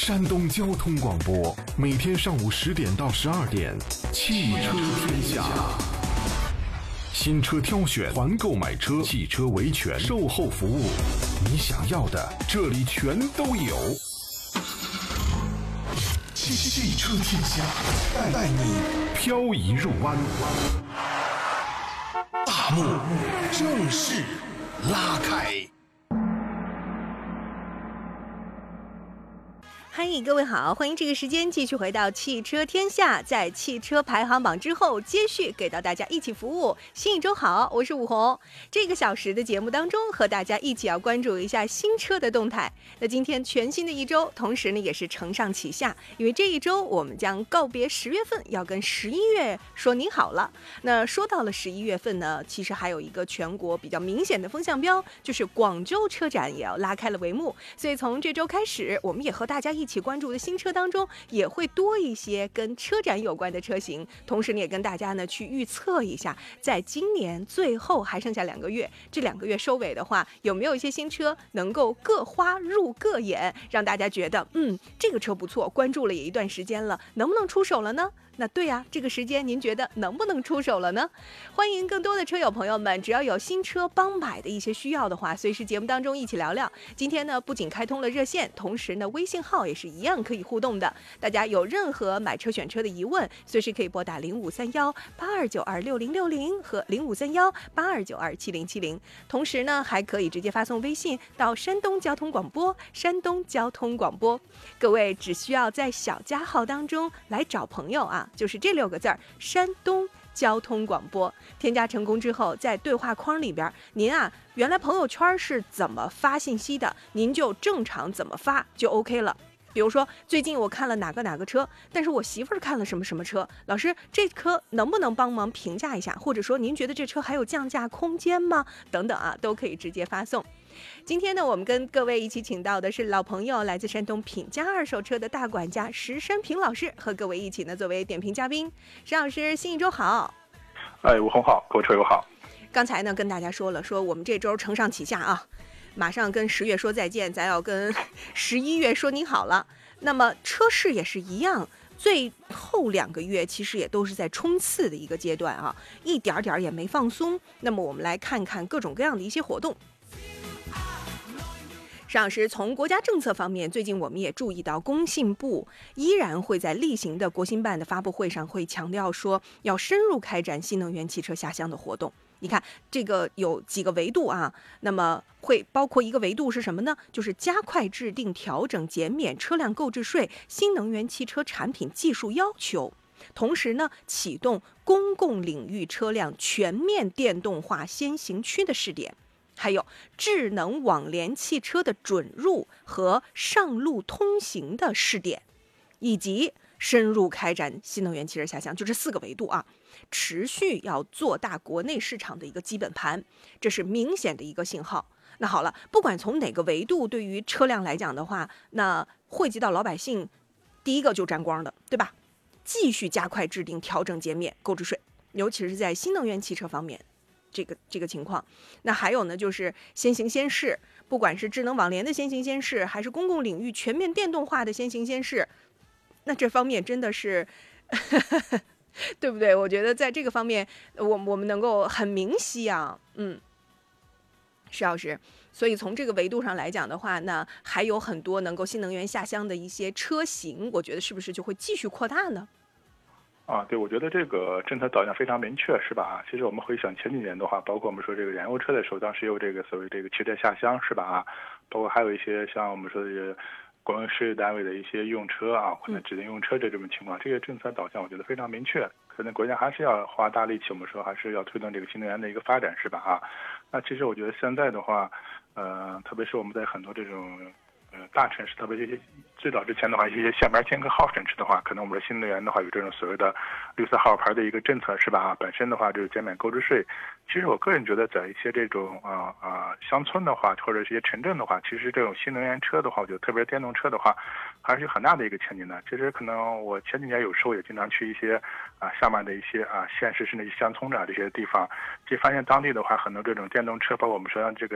山东交通广播，每天上午10点到12点，汽车天下。新车挑选、团购买车、汽车维权、售后服务，你想要的这里全都有。汽车天下，带你漂移入弯。大幕正式拉开。 嗨，各位好，欢迎这个时间继续回到汽车天下，在汽车排行榜之后，接续给到大家一起服务。新一周好，我是武红。这个小时的节目当中，和大家一起要关注一下新车的动态。那今天全新的一周，同时呢也是承上启下，因为这一周我们将告别10月份，要跟11月说你好了。那说到了11月份呢，其实还有一个全国比较明显的风向标，就是广州车展也要拉开了帷幕。所以从这周开始，我们也和大家一起关注的新车当中，也会多一些跟车展有关的车型。同时呢，也跟大家呢去预测一下，在今年最后还剩下2个月，这2个月收尾的话，有没有一些新车能够各花入各眼，让大家觉得这个车不错，关注了也一段时间了，能不能出手了呢？那对呀，这个时间您觉得能不能出手了呢？欢迎更多的车友朋友们，只要有新车帮买的一些需要的话，随时节目当中一起聊聊。今天呢，不仅开通了热线，同时呢，微信号也是一样可以互动的。大家有任何买车选车的疑问，随时可以拨打0531826060和0531827070。同时呢，还可以直接发送微信到山东交通广播，山东交通广播。各位只需要在小加号当中来找朋友啊。就是这6个字儿，山东交通广播。添加成功之后，在对话框里边，您原来朋友圈是怎么发信息的，您就正常怎么发就 OK 了。比如说，最近我看了哪个车，但是我媳妇儿看了什么车，老师这车能不能帮忙评价一下？或者说您觉得这车还有降价空间吗？等等都可以直接发送。今天呢，我们跟各位一起请到的是老朋友，来自山东品佳二手车的大管家石山平老师，和各位一起呢作为点评嘉宾。石老师，新一周好。 武红好，各位车友好。 刚才呢跟大家说了，说我们这周承上启下啊，马上跟10月说再见，咱要跟11月说你好了。那么车市也是一样，最后2个月其实也都是在冲刺的一个阶段啊，一点点也没放松。那么我们来看看各种各样的一些活动。石老师，从国家政策方面，最近我们也注意到，工信部依然会在例行的国新办的发布会上会强调说，要深入开展新能源汽车下乡的活动。你看这个有几个维度啊，那么会包括一个维度是什么呢？就是加快制定、调整、减免车辆购置税、新能源汽车产品技术要求，同时呢，启动公共领域车辆全面电动化先行区的试点。还有智能网联汽车的准入和上路通行的试点，以及深入开展新能源汽车下乡，就这4个维度啊，持续要做大国内市场的一个基本盘，这是明显的一个信号。那好了，不管从哪个维度，对于车辆来讲的话，那惠及到老百姓，第一个就沾光的，对吧？继续加快制定、调整、减免购置税，尤其是在新能源汽车方面。这个情况，那还有呢，就是先行先试，不管是智能网联的先行先试，还是公共领域全面电动化的先行先试，那这方面真的是，对不对？我觉得在这个方面，我们能够很明晰啊，石老师。所以从这个维度上来讲的话，那还有很多能够新能源下乡的一些车型，我觉得是不是就会继续扩大呢？ 对，我觉得这个政策导向非常明确，是吧？其实我们回想前几年的话，包括我们说这个燃油车的时候，当时有这个所谓这个汽车下乡，是吧？包括还有一些像我们说的国营事业单位的一些用车或者指定用车这种情况，这些政策导向我觉得非常明确。可能国家还是要花大力气，我们说还是要推动这个新能源的一个发展，是吧？那其实我觉得现在的话，特别是我们在很多这种大城市，特别是最早之前的话，一些限牌签个号城市的话，可能我们的新能源的话有这种所谓的绿色号牌的一个政策，是吧？本身的话就是减免购置税。其实我个人觉得，在一些这种乡村的话，或者是一些城镇的话，其实这种新能源车的话，我觉得特别是电动车的话，还是有很大的一个前景的。其实可能我前几年有时候也经常去一些下面的一些县市甚至乡村这些地方，其实发现当地的话，很多这种电动车，包括我们说这个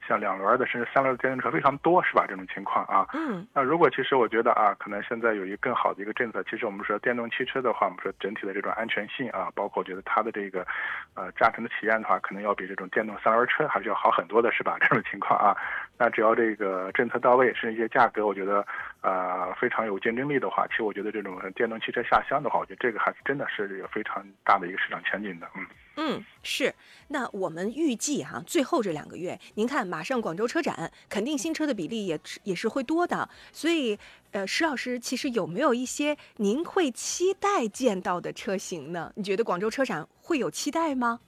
像2轮的甚至3轮的电动车非常多，是吧？这种情况啊。那如果其实我觉得啊，可能现在有一个更好的一个政策，其实我们说电动汽车的话，我们说整体的这种安全性啊，包括我觉得它的这个驾乘的体验的话，可能要比这种电动3轮车还是要好很多的，是吧？这种情况啊，那只要这个政策到位，甚至一些价格，我觉得非常有竞争力的话，其实我觉得这种电动汽车下乡的话，我觉得这个还是真的是有非常大的一个市场前景的。 是。那我们预计最后这2个月，您看马上广州车展，肯定新车的比例也是会多的。所以，石老师，其实有没有一些您会期待见到的车型呢？你觉得广州车展会有期待吗？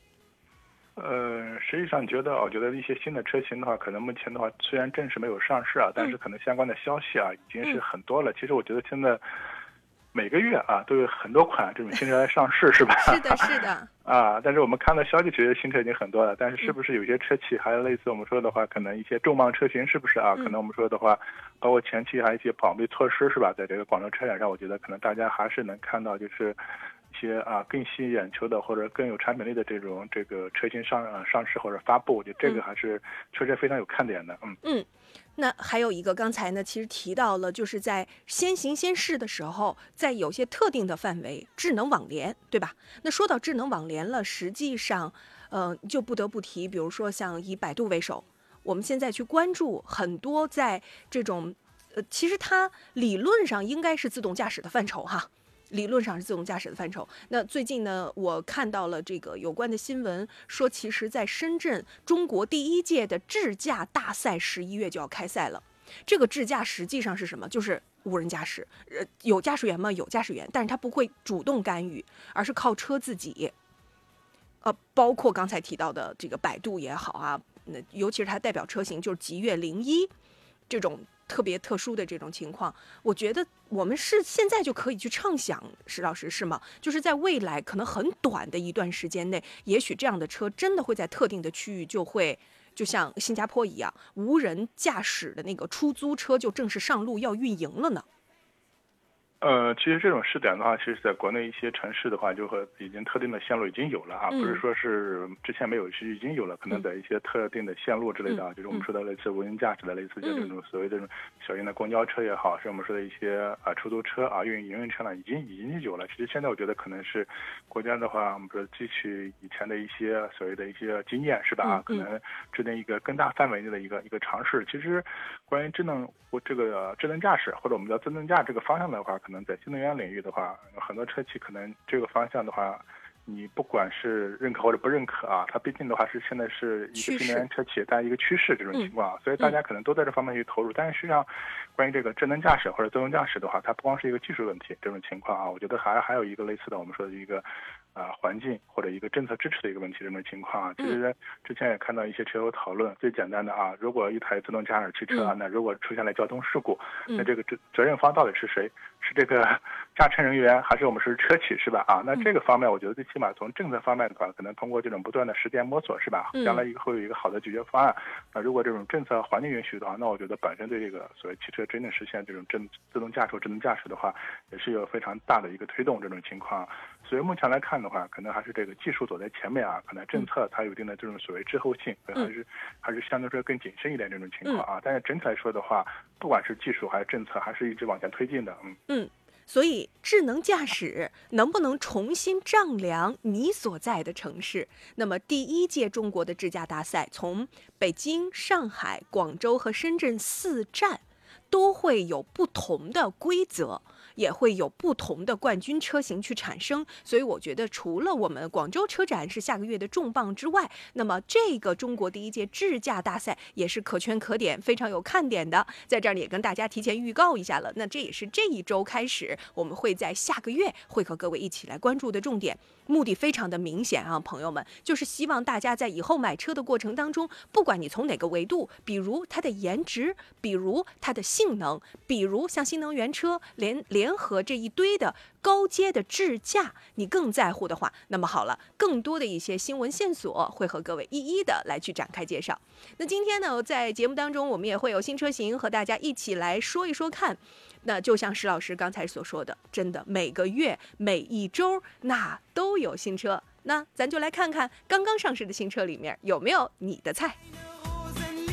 实际上我觉得一些新的车型的话，可能目前的话虽然正式没有上市啊，但是可能相关的消息啊已经是很多了。其实我觉得现在每个月啊都有很多款这种新车来上市，是吧？ 是的，是的。 但是我们看到消息，其实新车已经很多了，但是是不是有些车企还有类似我们说的话，可能一些重磅车型是不是啊？可能我们说的话，包括前期还有一些保密措施，是吧？在这个广州车展上，我觉得可能大家还是能看到就是一些更吸引眼球的或者更有产品力的这个车型上市或者发布，我觉得这个还是确实非常有看点的。 那还有一个，刚才呢其实提到了，就是在先行先试的时候，在有些特定的范围，智能网联，对吧？那说到智能网联了，实际上，就不得不提，比如说像以百度为首，我们现在去关注很多在这种，其实它理论上应该是自动驾驶的范畴哈。理论上是自动驾驶的范畴。那最近呢，我看到了这个有关的新闻，说其实在深圳，中国第1届的智驾大赛11月就要开赛了。这个智驾实际上是什么？就是无人驾驶，有驾驶员吗？有驾驶员，但是他不会主动干预，而是靠车自己。包括刚才提到的这个百度也好啊，那尤其是它代表车型就是极越01这种特别特殊的这种情况，我觉得我们是现在就可以去畅想，石老师是吗？就是在未来可能很短的一段时间内，也许这样的车真的会在特定的区域就像新加坡一样，无人驾驶的那个出租车就正式上路要运营了呢。 其实这种试点的话，其实在国内一些城市的话，就和已经特定的线路已经有了啊，不是说是之前没有，是已经有了，可能在一些特定的线路之类的，就是我们说的类似无人驾驶的，类似这种所谓这种小型的公交车也好，是我们说的一些出租车啊、营运车呢，已经有了。其实现在我觉得可能是国家的话，我们说汲取以前的一些所谓的一些经验，是吧？可能制定一个更大范围内的一个尝试。其实关于智能驾驶或者我们叫自动驾这个方向的话，可能在新能源领域的话，很多车企可能这个方向的话，你不管是认可或者不认可啊，它毕竟的话是现在是一个新能源车企在一个趋势这种情况，所以大家可能都在这方面去投入。但是实际上，关于这个智能驾驶或者自动驾驶的话，它不光是一个技术问题这种情况啊，我觉得还有一个类似的我们说的一个环境或者一个政策支持的一个问题这种情况啊。其实之前也看到一些车友讨论，最简单的啊，如果一台自动驾驶汽车那如果出现了交通事故，那这个责任方到底是谁？是这个驾乘人员还是我们是车企，是吧？那这个方面我觉得最起码从政策方面的话，可能通过这种不断的实践摸索，是吧？将来会有一个好的解决方案。如果这种政策环境允许的话，那我觉得本身对这个所谓汽车真正实现这种自动驾驶、智能驾驶的话，也是有非常大的一个推动这种情况。所以目前来看的话，可能还是这个技术走在前面啊，可能政策它有一定的这种所谓滞后性，还是相对说更谨慎一点这种情况啊。但是整体来说的话，不管是技术还是政策，还是一直往前推进的。 所以智能驾驶能不能重新丈量你所在的城市？那么第1届中国的智驾大赛，从北京、上海、广州和深圳4站，都会有不同的规则，也会有不同的冠军车型去产生。所以我觉得除了我们广州车展是下个月的重磅之外，那么这个中国第1届智驾大赛也是可圈可点，非常有看点的。在这儿也跟大家提前预告一下了，那这也是这一周开始我们会在下个月会和各位一起来关注的重点。目的非常的明显啊，朋友们，就是希望大家在以后买车的过程当中，不管你从哪个维度，比如它的颜值，比如它的性能，比如像新能源车联合这一堆的高阶的智驾，你更在乎的话，那么好了，更多的一些新闻线索会和各位一一的来去展开介绍。那今天呢，在节目当中我们也会有新车型和大家一起来说一说看。那就像石老师刚才所说的，真的每个月每一周那都有新车，那咱就来看看刚刚上市的新车里面有没有你的菜。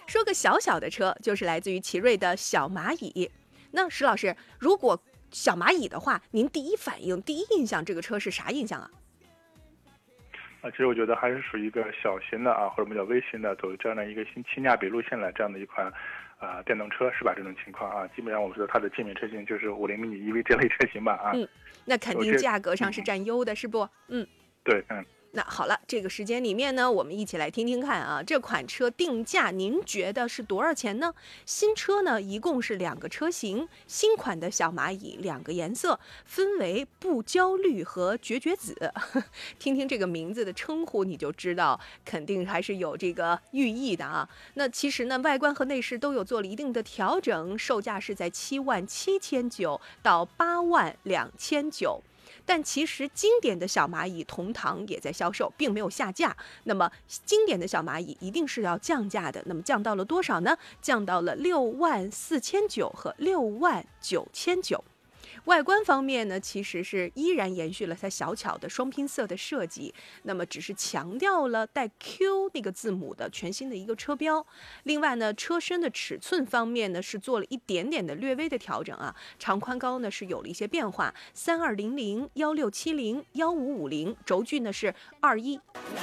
说个小小的车，就是来自于奇瑞的小蚂蚁。那石老师，如果小蚂蚁的话，您第一反应、第一印象，这个车是啥印象啊？ 其实我觉得还是属于一个小型的或者我们叫微型的，走这样的一个性价比路线的这样的一款电动车是吧？这种情况基本上我们说它的界面车型就是50 mini EV 这类车型吧那肯定价格上是占优的，是不？ 对， 那好了，这个时间里面呢，我们一起来听听看啊，这款车定价您觉得是多少钱呢？新车呢，一共是2个车型，新款的小蚂蚁2个颜色，分为不焦绿和绝绝子。听听这个名字的称呼，你就知道肯定还是有这个寓意的啊。那其实呢，外观和内饰都有做了一定的调整，售价是在77900到82900。但其实经典的小蚂蚁同堂也在销售，并没有下架。那么经典的小蚂蚁一定是要降价的，那么降到了多少呢？降到了64900和69900。外观方面呢，其实是依然延续了它小巧的双拼色的设计，那么只是强调了带 Q 那个字母的全新的一个车标。另外呢，车身的尺寸方面呢，是做了一点点的略微的调整啊，长宽高呢是有了一些变化，3200、1670、1550，轴距呢是21。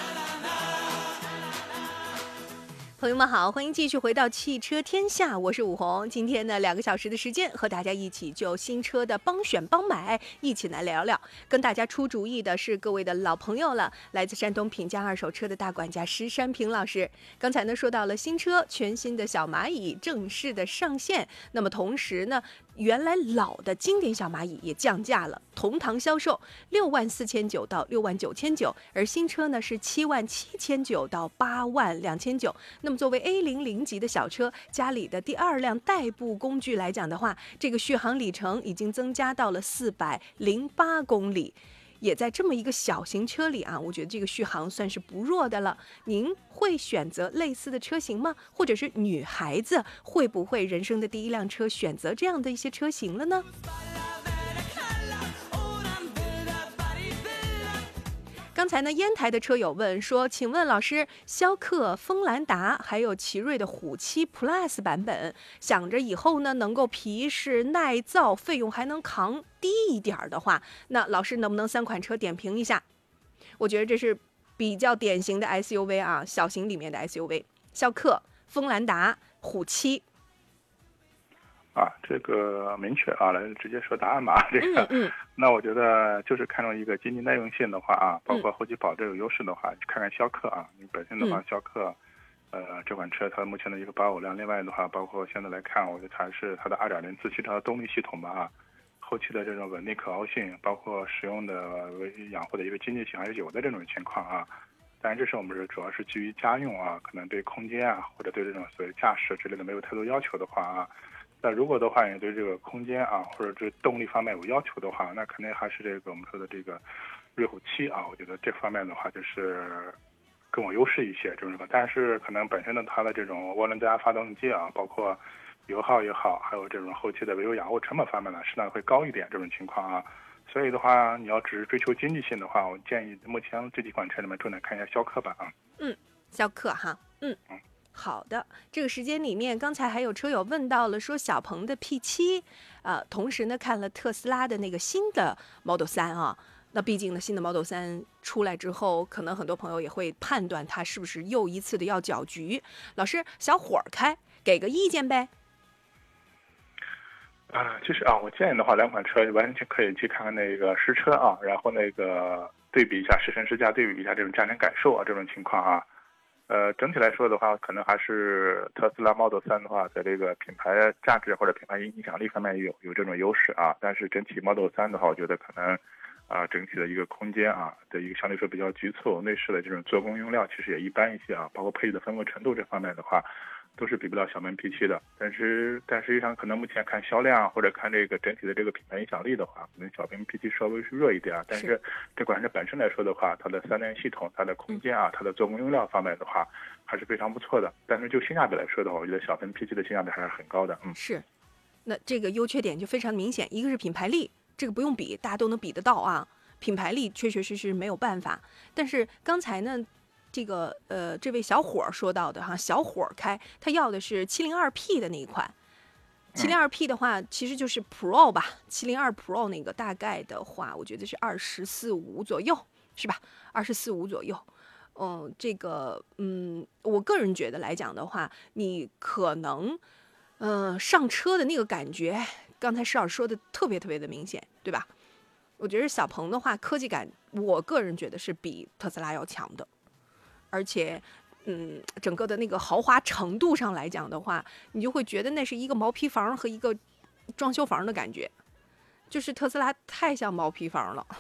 朋友们好，欢迎继续回到汽车天下，我是武红。今天呢，2个小时的时间，和大家一起就新车的帮选帮买一起来聊聊。跟大家出主意的是各位的老朋友了，来自山东品家二手车的大管家石山平老师。刚才呢说到了新车全新的小蚂蚁正式的上线，那么同时呢，原来老的经典小蚂蚁也降价了，同堂销售64900到69900，而新车呢是77900到82900。那么作为 A00 级的小车，家里的第2辆代步工具来讲的话，这个续航里程已经增加到了408公里。也在这么一个小型车里啊，我觉得这个续航算是不弱的了。您会选择类似的车型吗？或者是女孩子会不会人生的第1辆车选择这样的一些车型了呢？刚才呢，烟台的车友问说，请问老师，逍客、锋兰达还有奇瑞的虎7 Plus 版本，想着以后呢能够皮实耐造，费用还能扛低一点的话，那老师能不能3款车点评一下？我觉得这是比较典型的 SUV 啊，小型里面的 SUV， 逍客、锋兰达、虎7。 这个明确来直接说答案吧。这个，那我觉得就是看中一个经济耐用性的话包括后期保值有优势的话，看看逍客你本身的话，逍客，这款车它目前的一个85辆，另外的话，包括现在来看，我觉得它是它的2.0自吸车动力系统吧后期的这种稳定可靠性，包括使用的养护的一个经济性还是有的这种情况当然，这是我们主要是基于家用可能对空间或者对这种所谓驾驶之类的没有太多要求的话那如果的话，你对这个空间或者这动力方面有要求的话，那肯定还是这个我们说的这个瑞虎7我觉得这方面的话就是更有优势一些，就是说，但是可能本身的它的这种涡轮增压发动机包括油耗也好，还有这种后期的维修养护成本方面呢，适当会高一点这种情况所以的话，你要只是追求经济性的话，我建议目前这几款车里面重点看一下逍客吧逍客好的，这个时间里面，刚才还有车友问到了说小鹏的 P7，同时呢看了特斯拉的那个新的 Model 3那毕竟呢新的 Model 3出来之后，可能很多朋友也会判断它是不是又一次的要搅局。老师，小伙开，给个意见呗。 其实我建议的话，2款车完全可以去看看那个实车然后那个对比一下试乘试驾，对比一下这种驾乘感受这种情况整体来说的话，可能还是特斯拉 Model 3的话，在这个品牌价值或者品牌影响力方面有这种优势但是整体 Model 3的话，我觉得可能整体的一个空间的一个相对说比较局促，内饰的这种做工用料其实也一般一些包括配置的丰富程度这方面的话，都是比不了小鹏 P7 的。但实际上可能目前看销量或者看这个整体的这个品牌影响力的话，可能小鹏 P7 稍微是弱一点但是这款车本身来说的话，它的3联系统、它的空间它的做工用料方面的话还是非常不错的。但是就性价比来说的话，我觉得小鹏 P7 的性价比还是很高的是，那这个优缺点就非常明显，一个是品牌力，这个不用比，大家都能比得到品牌力确确实实没有办法。但是刚才呢这位小伙说到的哈，小伙开他要的是702P 的那一款。702P 的话，其实就是 Pro 吧，702 Pro 那个大概的话，我觉得是24.5左右，是吧？24.5左右。我个人觉得来讲的话，你可能，上车的那个感觉，刚才施老师说的特别特别的明显，对吧？我觉得小鹏的话，科技感，我个人觉得是比特斯拉要强的，而且。整个的那个豪华程度上来讲的话，你就会觉得那是一个毛坯房和一个装修房的感觉，就是特斯拉太像毛坯房了。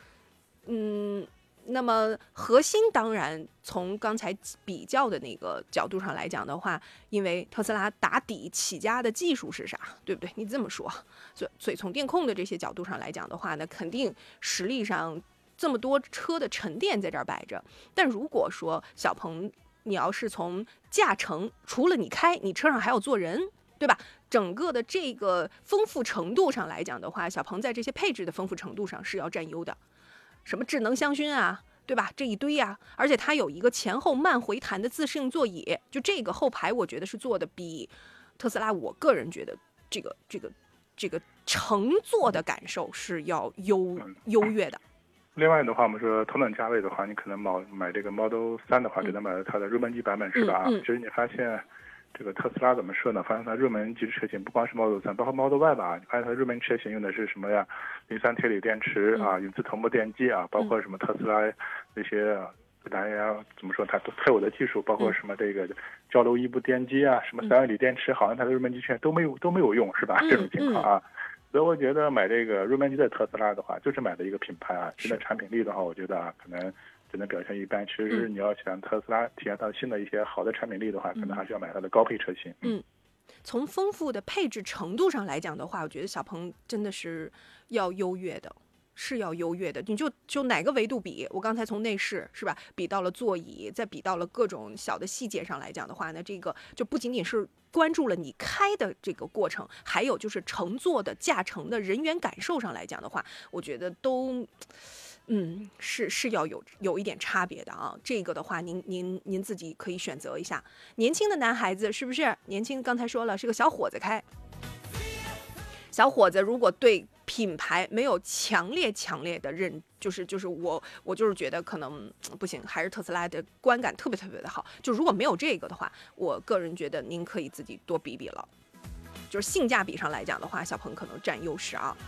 那么核心当然从刚才比较的那个角度上来讲的话，因为特斯拉打底起家的技术是啥，对不对？你这么说，所以从电控的这些角度上来讲的话呢，肯定实力上这么多车的沉淀在这儿摆着。但如果说小鹏，你要是从驾乘，除了你开，你车上还要坐人，对吧？整个的这个丰富程度上来讲的话，小鹏在这些配置的丰富程度上是要占优的。什么智能香薰啊，对吧？这一堆啊，而且它有一个前后慢回弹的自适应座椅，就这个后排，我觉得是做的比特斯拉，我个人觉得这个乘坐的感受是要优越的。 另外的话，我们说同等价位的话，你可能买这个 Model 3的话，只能买到它的入门级版本，是吧？其实你发现这个特斯拉怎么说呢？发现它入门级车型不光是 Model 3，包括 Model Y 吧，你发现它的入门车型用的是什么呀？03铁锂电池啊，永磁同步电机啊，包括什么特斯拉那些蓝牙怎么说它特有的技术，包括什么这个交流异步电机啊，什么3元锂电池，好像它的入门级全都没有用，是吧？这种情况啊。所以我觉得买这个入门级的特斯拉的话，就是买的一个品牌啊。新的产品力的话，我觉得可能只能表现一般。其实你要想特斯拉体验到新的一些好的产品力的话，可能还是要买它的高配车型。 从丰富的配置程度上来讲的话，我觉得小鹏真的是要优越的。是要优越的，你就哪个维度比？我刚才从内饰是吧，比到了座椅，再比到了各种小的细节上来讲的话呢，这个就不仅仅是关注了你开的这个过程，还有就是乘坐的驾乘的人员感受上来讲的话，我觉得都，是要有一点差别的啊。这个的话，您自己可以选择一下。年轻的男孩子是不是年轻？刚才说了是个小伙子开，小伙子如果对品牌没有强烈的就是我就是觉得可能不行，还是特斯拉的观感特别特别的好。就如果没有这个的话，我个人觉得您可以自己多比了。就是性价比上来讲的话，小鹏可能占优势啊。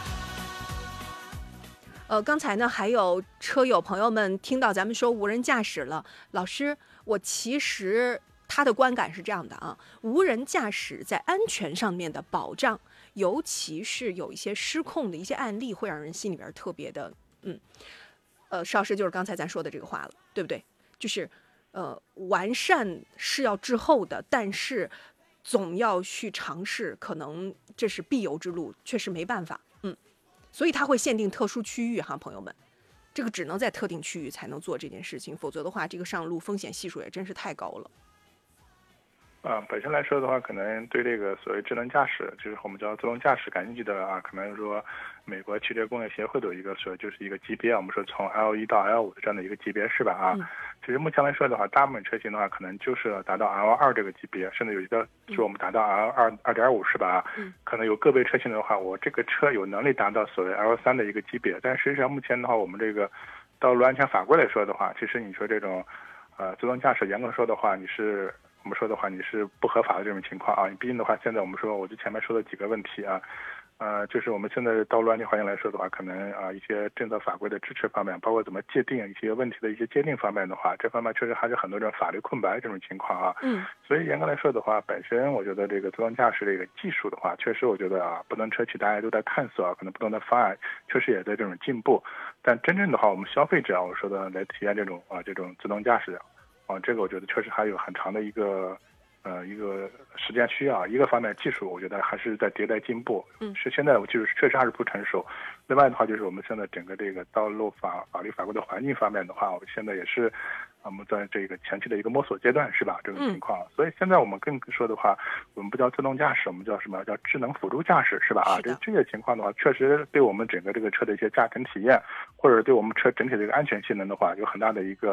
刚才呢还有车友朋友们听到咱们说无人驾驶了，老师，我其实他的观感是这样的啊，无人驾驶在安全上面的保障。尤其是有一些失控的一些案例，会让人心里边特别的，邵师就是刚才咱说的这个话了，对不对？就是完善是要滞后的，但是总要去尝试，可能这是必由之路，确实没办法，所以他会限定特殊区域哈，朋友们，这个只能在特定区域才能做这件事情，否则的话，这个上路风险系数也真是太高了。 本身来说的话，可能对这个所谓智能驾驶，就是我们叫自动驾驶感兴趣的啊，可能说美国汽车工业协会都有一个就是一个级别，我们说从 L1 到 L5 的这样的一个级别是吧啊？其实目前来说的话，大部分车型的话，可能就是达到 L2 这个级别，甚至有一个就是我们达到 L2.5 是吧？可能有个别车型的话，我这个车有能力达到所谓 L3 的一个级别，但实际上目前的话，我们这个道路安全法规来说的话，其实你说这种自动驾驶严格说的话，我们说的话，你是不合法的这种情况啊！你毕竟的话，现在我们说，我就前面说的几个问题啊，就是我们现在道路安全环境来说的话，可能一些政策法规的支持方面，包括怎么界定一些问题的一些界定方面的话，这方面确实还是很多这种法律空白这种情况啊。所以严格来说的话，本身我觉得这个自动驾驶这个技术的话，确实我觉得不同车企大家都在探索，可能不同的方案确实也在这种进步，但真正的话，我们消费者我说的来体验这种自动驾驶。这个我觉得确实还有很长的一个时间需要。一个方面技术我觉得还是在迭代进步，是现在技术确实还是不成熟。另外的话就是我们现在整个这个道路法律法规的环境方面的话，我们现在也是我们在这个前期的一个摸索阶段是吧？这种情况，所以现在我们更说的话，我们不叫自动驾驶，我们叫什么？叫智能辅助驾驶是吧？这些情况的话，确实对我们整个这个车的一些驾乘体验，或者对我们车整体的一个安全性能的话，有很大的一个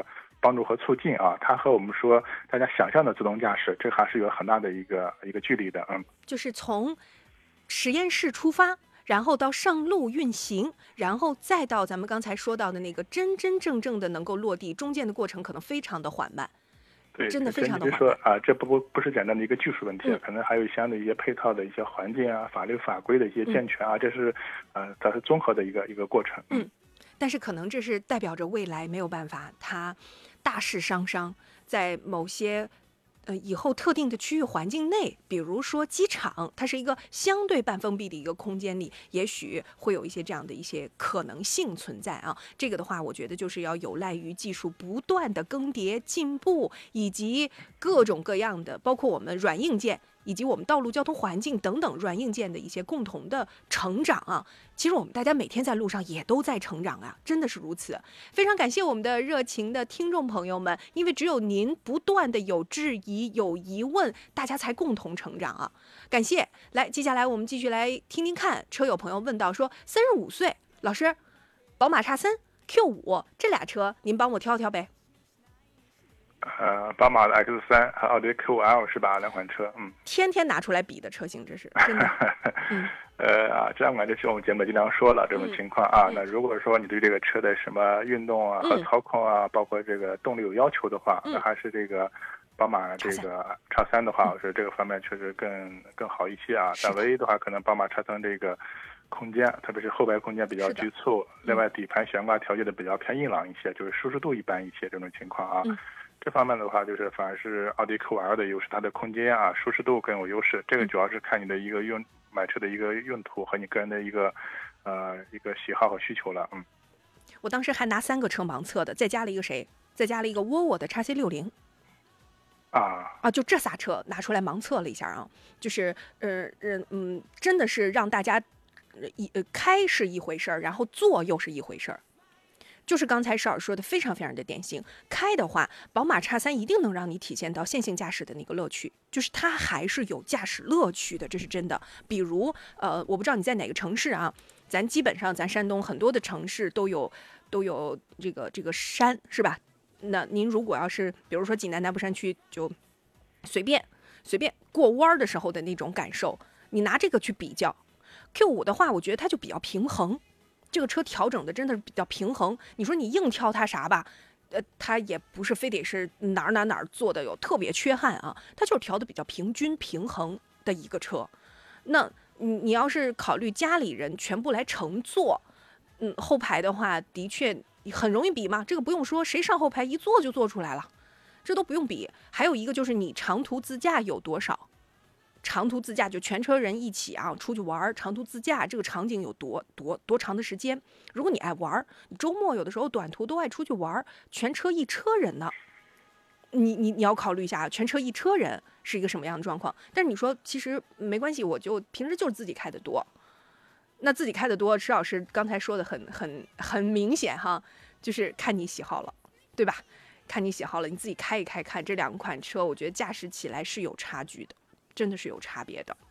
帮助和促进啊，它和我们说大家想象的自动驾驶，这还是有很大的一个距离的。 就是从实验室出发，然后到上路运行，然后再到咱们刚才说到的那个真真正正的能够落地，中间的过程可能非常的缓慢。 对， 真的非常的缓慢。 说啊，这不是简单的一个技术问题，可能还有相应的一些配套的一些环境啊、法律法规的一些健全啊，这是它是综合的一个过程。 但是可能这是代表着未来没有办法，它大势伤伤，在某些以后特定的区域环境内，比如说机场，它是一个相对半封闭的一个空间里，也许会有一些这样的一些可能性存在啊。这个的话，我觉得就是要有赖于技术不断的更迭进步，以及各种各样的，包括我们软硬件以及我们道路交通环境等等软硬件的一些共同的成长啊。其实我们大家每天在路上也都在成长啊，真的是如此。非常感谢我们的热情的听众朋友们，因为只有您不断的有质疑、有疑问，大家才共同成长啊。感谢。来，接下来我们继续来听听看，车友朋友问到说，35岁老师，宝马X3、Q5这俩车您帮我挑挑呗。 宝马的 X3 和奥迪 Q5L 是吧？两款车， 天天拿出来比的车型，这是真的。 这两款就是我们节目经常说了这种情况啊。那如果说你对这个车的什么运动啊和操控啊，包括这个动力有要求的话，那还是这个宝马这个X3的话，我说这个方面确实更好一些啊。但唯一的话，可能宝马X3这个空间，特别是后排空间比较局促，另外底盘悬挂调节的比较偏硬朗一些，就是舒适度一般一些这种情况啊。这方面的话，就是反而是奥迪 Q5L 的优势，它的空间啊、舒适度更有优势。这个主要是看你的一个买车的一个用途和你个人的一个喜好和需求了。 我当时还拿3个车盲测的，再加了一个谁？再加了一个沃尔沃的 XC60。就这仨车拿出来盲测了一下啊，就是真的是让大家开是一回事儿，然后做又是一回事儿。就是刚才邵尔说的非常非常的典型，开的话，宝马X3一定能让你体现到线性驾驶的那个乐趣，就是它还是有驾驶乐趣的，这是真的。比如我不知道你在哪个城市啊，咱基本上咱山东很多的城市都有这个山是吧？那您如果要是比如说济南南部山区，就随便过弯的时候的那种感受，你拿这个去比较 Q5的话，我觉得它就比较平衡。这个车调整的真的是比较平衡，你说你硬挑它啥吧，它也不是非得是哪儿做的有特别缺憾啊，它就是调的比较平均平衡的一个车。那你要是考虑家里人全部来乘坐，后排的话的确很容易比嘛，这个不用说，谁上后排一坐就坐出来了，这都不用比。还有一个就是你长途自驾有多少。长途自驾就全车人一起啊出去玩，长途自驾这个场景有多长的时间？如果你爱玩，你周末有的时候短途都爱出去玩，全车一车人呢，你要考虑一下，全车一车人是一个什么样的状况？但是你说其实没关系，我就平时就是自己开的多，那自己开的多，施老师刚才说的很明显哈，就是看你喜好了，对吧？看你喜好了，你自己开一开看这2款车，我觉得驾驶起来是有差距的。真的是有差别的，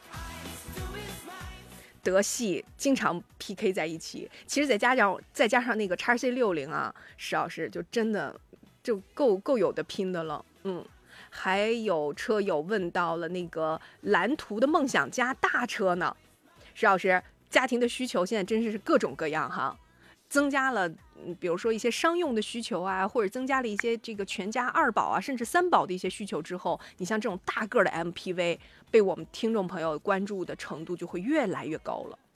德系经常 PK 在一起。其实再加上那个 XC60啊，施老师就真的就够有的拼的了。还有车友问到了那个蓝图的梦想家大车呢，施老师，家庭的需求现在真是各种各样哈。增加了比如说一些商用的需求啊，或者增加了一些这个全家2保啊，甚至3保的一些需求之后，你像这种大个的 MPV 被我们听众朋友关注的程度就会越来越高了。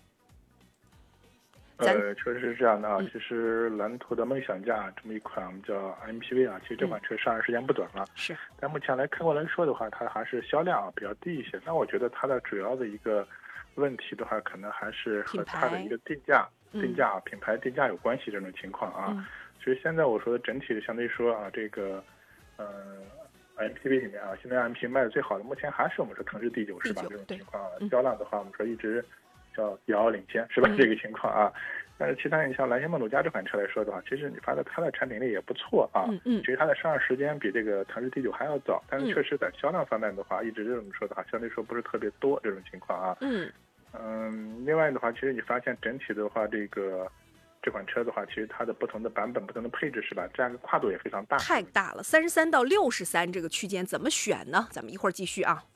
确实是这样的啊。其实蓝图的梦想家这么一款我们叫 MPV 啊，其实这款车上市时间不短了， 是。但目前看过来说的话，它还是销量比较低一些。那我觉得它的主要的一个问题的话，可能还是和它的一个定价、品牌定价有关系这种情况啊。其实现在我说的整体的相对于说啊，这个MPV 里面啊，现在 MPV 卖的最好的，目前还是我们说腾势第9是吧？这种情况销量的话，我们说一直叫遥遥领先是吧？这个情况啊。但是其他你像蓝星梦途家这款车来说的话，其实你发现它的产品力也不错啊。其实它的上市时间比这个腾势第9还要早，但是确实在销量方面的话，一直这么说的话，相对说不是特别多这种情况啊。另外的话，其实你发现整体的话，这个这款车的话，其实它的不同的版本、不同的配置是吧，价格跨度也非常大， 太大了，33到63这个区间怎么选呢？咱们一会儿继续啊。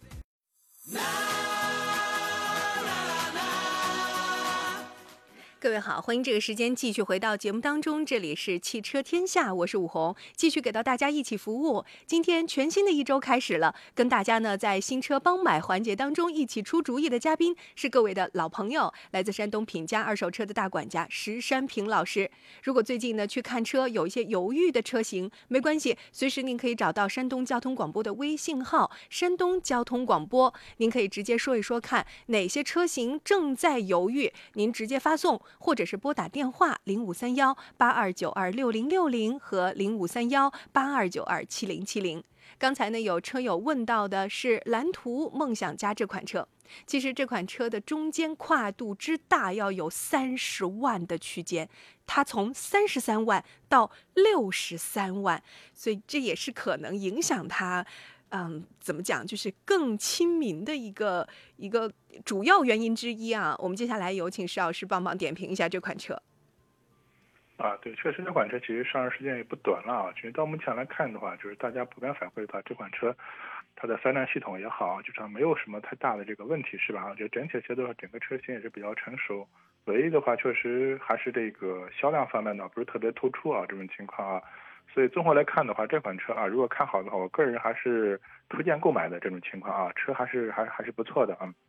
各位好，欢迎这个时间继续回到节目当中，这里是汽车天下，我是武红，继续给到大家一起服务。今天全新的一周开始了，跟大家呢在新车帮买环节当中一起出主意的嘉宾是各位的老朋友，来自山东品佳二手车的大管家石山平老师。如果最近呢去看车有一些犹豫的车型，没关系，随时您可以找到山东交通广播的微信号山东交通广播，您可以直接说一说看哪些车型正在犹豫，您直接发送或者是拨打电话053182926060和053182927070。刚才呢有车友问到的是蓝图梦想家这款车，其实这款车的中间跨度之大要有30万的区间，它从33万到63万，所以这也是可能影响它怎么讲，就是更亲民的一个主要原因之一啊。我们接下来有请石老师帮忙点评一下这款车。 对，确实这款车其实上市时间也不短了啊。其实到目前来看的话，就是大家普遍反馈到这款车，它的3站系统也好，就是没有什么太大的这个问题，是吧？我觉得整体来说，整个车型也是比较成熟。唯一的话，确实还是这个销量方面呢，不是特别突出啊，这种情况啊。所以综合来看的话，这款车啊，如果看好的话，我个人还是推荐购买的这种情况啊，车还是不错的啊。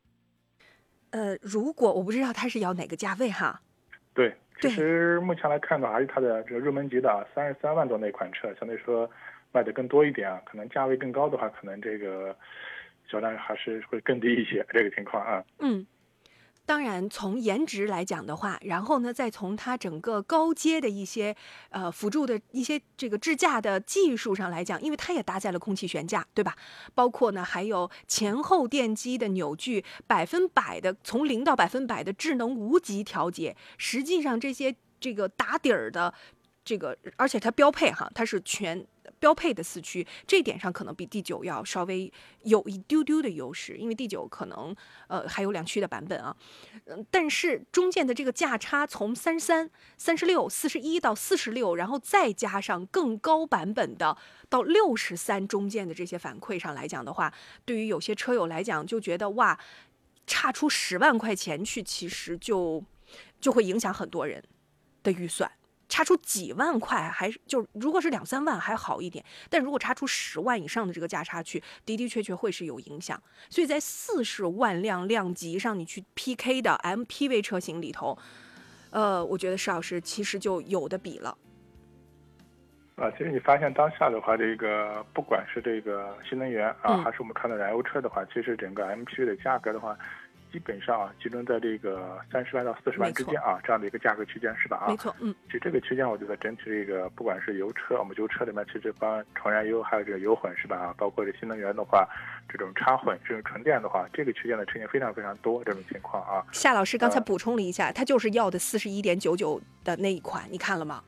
如果我不知道它是要哪个价位哈？ 对，其实目前来看的话，还是它的这个入门级的33万多那款车，相对说卖的更多一点啊。可能价位更高的话，可能这个销量还是会更低一些，这个情况啊。 当然从颜值来讲的话，然后呢再从它整个高阶的一些辅助的一些这个智驾的技术上来讲，因为它也搭载了空气悬架，对吧？包括呢还有前后电机的扭矩，100%的从0到100%的智能无极调节，实际上这些这个打底儿的这个，而且它标配哈，它是全标配的4驱，这一点上可能比D9要稍微有一丢丢的优势，因为D9可能还有2驱的版本啊，但是中间的这个价差从33、36、41到46，然后再加上更高版本的到63中间的这些反馈上来讲的话，对于有些车友来讲就觉得哇，差出10万块钱去，其实就会影响很多人的预算。差出几万块还是就如果是2、3万还好一点，但如果差出10万以上的这个价差去，的确会是有影响。所以在40万量级上你去 PK 的 MPV 车型里头，我觉得石老师其实就有的比了。 其实你发现当下的话，这个不管是这个新能源啊，还是我们看到燃油车的话，其实整个 MPV 的价格的话，基本上集中在这个30万到40万之间啊，这样的一个价格区间是吧？ 没错， 其实这个区间我觉得整体这个不管是油车，我们油车里面其实包含纯燃油还有这个油混是吧？包括这新能源的话，这种插混、这种纯电的话，这个区间的车型非常多这种情况啊。 夏老师刚才补充了一下，他就是要的41.99的那一款，你看了吗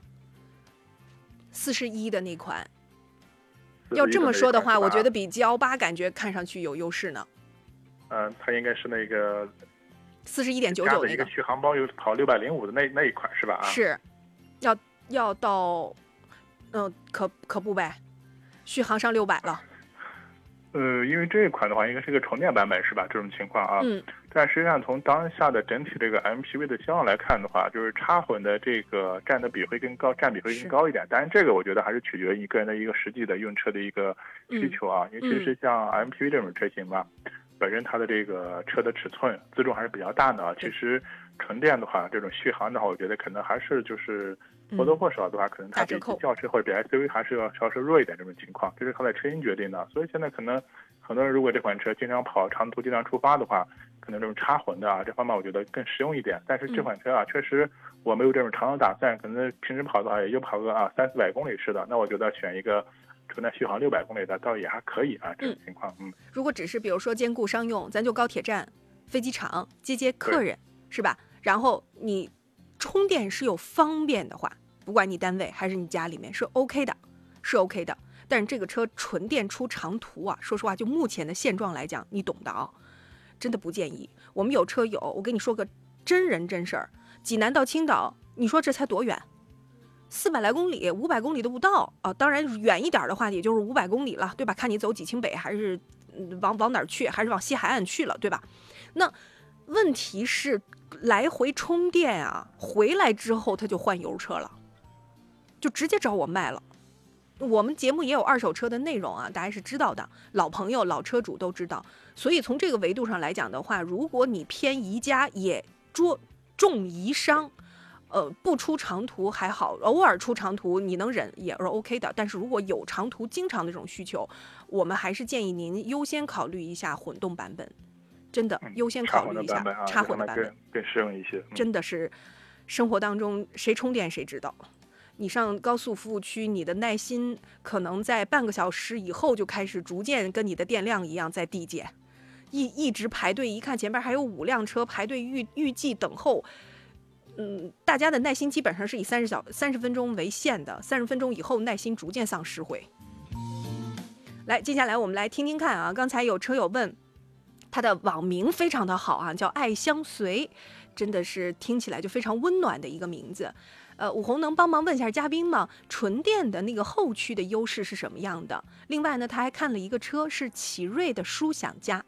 ？41的那款，要这么说的话，我觉得比 G88 感觉看上去有优势呢。 它应该是那个 41.99 那个一个续航包有跑605的那一款是吧？ 是，要到，可不呗，续航上600了。 因为这一款的话应该是一个纯电版本是吧？这种情况啊。但实际上从当下的整体这个 MPV 的销量来看的话，就是插混的这个占比会更高一点。当然这个我觉得还是取决于个人的一个实际的用车的一个需求啊。尤其是像 MPV 这种车型吧，本身它的这个车的尺寸自重还是比较大的啊。其实纯电的话，这种续航的话，我觉得可能还是就是或多或少的话，可能它比轿车或者比 SUV 还是要稍稍弱一点这种情况，这是靠在车型决定的。所以现在可能很多人如果这款车经常跑长途、经常出发的话，可能这种插混的啊，这方面我觉得更实用一点。但是这款车啊，确实我没有这种长途打算，可能平时跑的话也就跑个300-400公里似的，那我觉得选一个纯电续航600公里的倒也还可以啊，这种情况。 如果只是比如说兼顾商用，咱就高铁站、飞机场接客人是吧？然后你充电是有方便的话，不管你单位还是你家里面是 OK 的。但是这个车纯电出长途啊，说实话就目前的现状来讲，你懂的啊，真的不建议。我们有车友，我跟你说个真人真事儿，济南到青岛你说这才多远？400来公里，500公里都不到啊！当然远一点的话，也就是500公里了，对吧？看你走济清北还是往哪儿去，还是往西海岸去了，对吧？那问题是来回充电啊，回来之后他就换油车了，就直接找我卖了。我们节目也有二手车的内容啊，大家是知道的，老朋友、老车主都知道。所以从这个维度上来讲的话，如果你偏宜家也重宜商，不出长途还好，偶尔出长途你能忍也是 OK 的。但是如果有长途经常的这种需求，我们还是建议您优先考虑一下混动版本，真的优先考虑一下插混的版本， 更实用一些。 真的是生活当中谁充电谁知道。你上高速服务区，你的耐心可能在半个小时以后就开始逐渐跟你的电量一样在递减，一直排队，一看前面还有5辆车排队预计等候，大家的耐心基本上是以30分钟为限的，30分钟以后耐心逐渐丧失会。来，接下来我们来听听看啊，刚才有车友问，他的网名非常的好啊，叫爱相随，真的是听起来就非常温暖的一个名字。武红能帮忙问一下嘉宾吗？纯电的那个后驱的优势是什么样的？另外呢，他还看了一个车，是奇瑞的舒享家。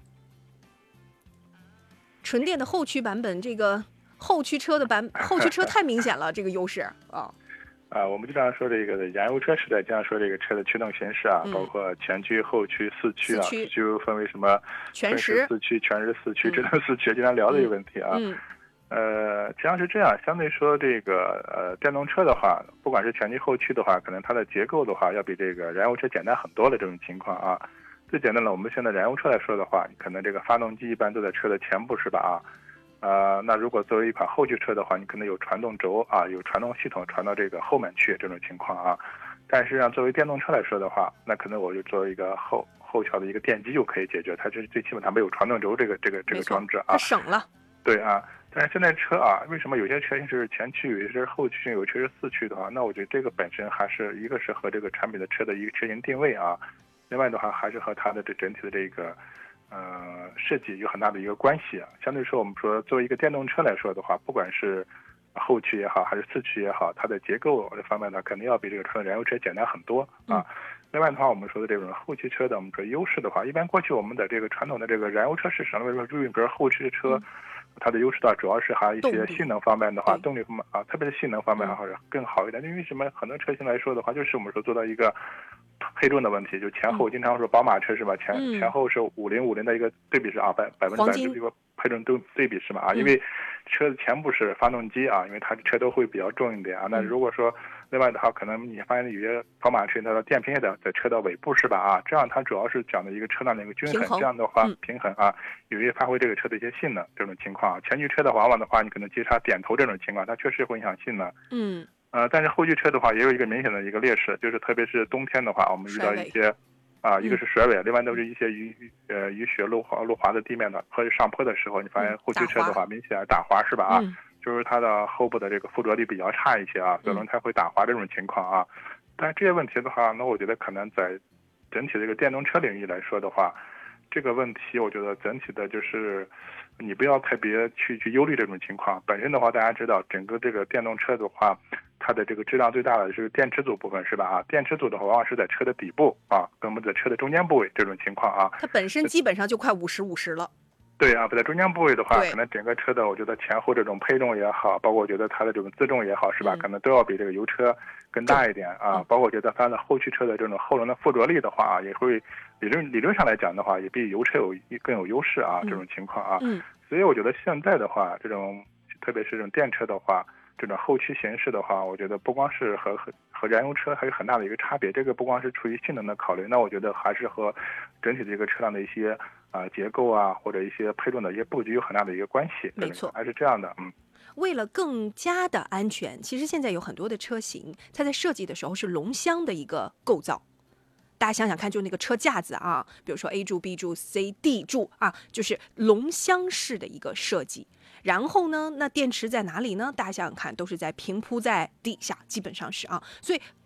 纯电的后驱版本，这个后驱车太明显了，这个优势啊。 我们经常说这个燃油车时代，经常说这个车的驱动形式啊，包括前驱、后驱、四驱啊，四驱分为什么？ 全时四驱、全时四驱、智能四驱，经常聊的一个问题啊。实际上是这样，相对说这个电动车的话，不管是前驱后驱的话，可能它的结构的话要比这个燃油车简单很多的这种情况啊。最简单的，我们现在燃油车来说的话，可能这个发动机一般都在车的前部是吧啊？那如果作为一款后驱车的话，你可能有传动轴啊，有传动系统传到这个后面去这种情况啊。但是作为电动车来说的话，那可能我就作为一个后桥的一个电机就可以解决，它最起码它没有传动轴这个装置啊， 它省了。 对啊。但是现在车啊，为什么有些车型是前驱，有些是后驱，有些是四驱的话，那我觉得这个本身还是一个是和这个产品的车的一个车型定位啊，另外的话还是和它的这整体的这个设计有很大的一个关系啊。相对说，我们说作为一个电动车来说的话，不管是后驱也好，还是四驱也好，它的结构这方面呢，肯定要比这个纯燃油车简单很多啊。另外的话，我们说的这种后驱车的我们说优势的话，一般过去我们的这个传统的这个燃油车市场，为什么注意，比如后驱车，它的优势的话，主要是还有一些性能方面的话，动力方面啊，特别是性能方面还是更好一点。因为什么？很多车型来说的话，就是我们说做到一个配重的问题，就前后经常说宝马车是吧？前后是50-50的一个对比是啊，100%一个配重都对比是吧？啊，因为车的前部是发动机啊，因为它的车都会比较重一点啊。那如果说另外的话，可能你发现有些宝马车它的电瓶也在车的尾部是吧？啊，这样它主要是讲的一个车辆的一个均衡，这样的话平衡啊，有些发挥这个车的一些性能这种情况啊。前驱车的话，往往的话你可能急刹点头这种情况，它确实会影响性能。但是后驱车的话也有一个明显的一个劣势，就是特别是冬天的话，我们遇到一些一个是甩尾，另外都是一些雨雪路滑的地面的，或者上坡的时候，你发现后驱车的话明显打滑是吧？啊，就是它的后部的这个附着力比较差一些啊，所以轮胎会打滑这种情况啊。但是这些问题的话，那我觉得可能在整体这个电动车领域来说的话，这个问题我觉得整体的就是你不要特别去忧虑这种情况。本身的话，大家知道整个这个电动车的话，它的这个质量最大的是电池组部分是吧？啊，电池组的话往往是在车的底部啊，跟我们在车的中间部位这种情况啊。 它本身基本上就快50-50了。 对啊，在中间部位的话，可能整个车的我觉得前后这种配重也好，包括我觉得它的这种自重也好，是吧？可能都要比这个油车更大一点啊。包括我觉得它的后驱车的这种后轮的附着力的话，也会理论上来讲的话，也比油车更有优势啊。这种情况啊，所以我觉得现在的话，这种特别是这种电车的话，这种后驱形式的话，我觉得不光是和燃油车还有很大的一个差别。这个不光是出于性能的考虑，那我觉得还是和整体的一个车辆的一些结构啊，或者一些配重的一些布局有很大的一个关系。 没错， 还是这样的。 为了更加的安全，其实现在有很多的车型，它在设计的时候是龙箱的一个构造。大家想想看，就那个车架子啊，比如说 A 柱、B 柱、C、D 柱啊，就是龙箱式的一个设计。然后呢，那电池在哪里呢？大家想想看，都是在平铺在地下，基本上是啊。所以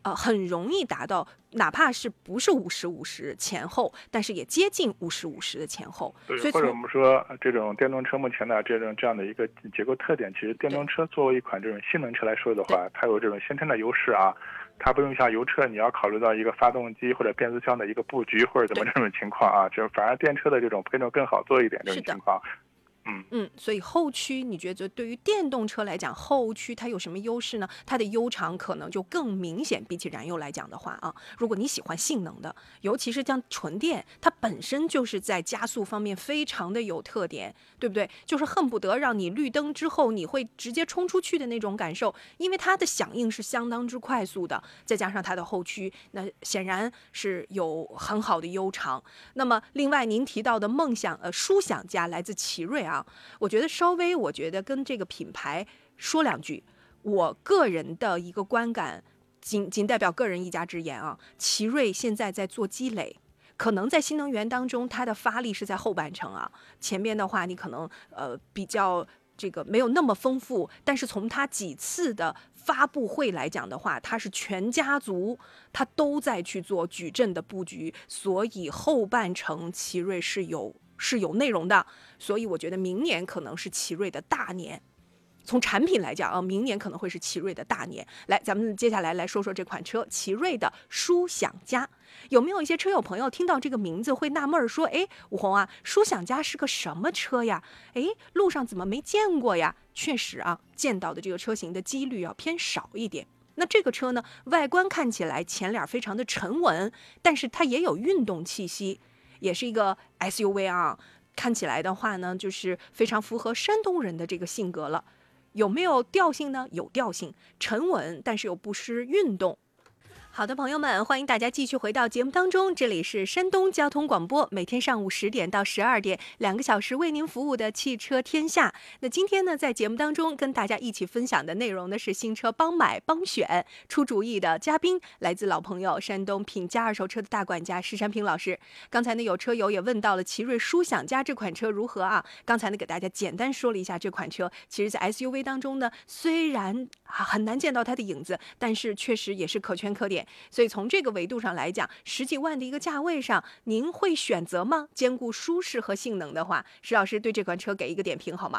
很容易达到，哪怕是不是50-50前后，但是也接近50-50的前后。 对， 所以或者我们说这种电动车目前的这样的一个结构特点，其实电动车作为一款这种性能车来说的话，它有这种先天的优势啊。它不用像油车，你要考虑到一个发动机或者变速箱的一个布局或者怎么这种情况啊，就反而电车的这种配重更好做一点这种情况。 所以后驱你觉得对于电动车来讲，后驱它有什么优势呢？它的悠长可能就更明显，比起燃油来讲的话啊，如果你喜欢性能的，尤其是像纯电，它本身就是在加速方面非常的有特点，对不对？就是恨不得让你绿灯之后你会直接冲出去的那种感受，因为它的响应是相当之快速的，再加上它的后驱，那显然是有很好的悠长。那么另外您提到的舒享家来自奇瑞啊，我觉得跟这个品牌说两句，我个人的一个观感，仅代表个人一家之言啊。奇瑞现在在做积累，可能在新能源当中，它的发力是在后半程啊，前面的话你可能比较这个没有那么丰富，但是从它几次的发布会来讲的话，它是全家族它都在去做矩阵的布局，所以后半程奇瑞是有内容的，所以我觉得明年可能是奇瑞的大年。从产品来讲啊，明年可能会是奇瑞的大年。来，咱们接下来来说说这款车，奇瑞的舒享家。有没有一些车友朋友听到这个名字会纳闷说，哎，武红啊，舒享家是个什么车呀？哎，路上怎么没见过呀？确实啊，见到的这个车型的几率要偏少一点。那这个车呢，外观看起来前脸非常的沉稳，但是它也有运动气息，也是一个 SUV 啊。看起来的话呢，就是非常符合山东人的这个性格了。有没有调性呢？有调性，沉稳，但是又不失运动。好的，朋友们，欢迎大家继续回到节目当中，这里是山东交通广播，每天上午10点到12点，2个小时为您服务的汽车天下。那今天呢，在节目当中跟大家一起分享的内容呢是新车帮买帮选，出主意的嘉宾来自老朋友山东品家二手车的大管家施山平老师。刚才呢有车友也问到了奇瑞舒享家这款车如何啊？刚才呢给大家简单说了一下这款车，其实在 SUV 当中呢，虽然很难见到它的影子，但是确实也是可圈可点。所以从这个维度上来讲，10几万的一个价位上，您会选择吗？兼顾舒适和性能的话，施老师对这款车给一个点评好吗？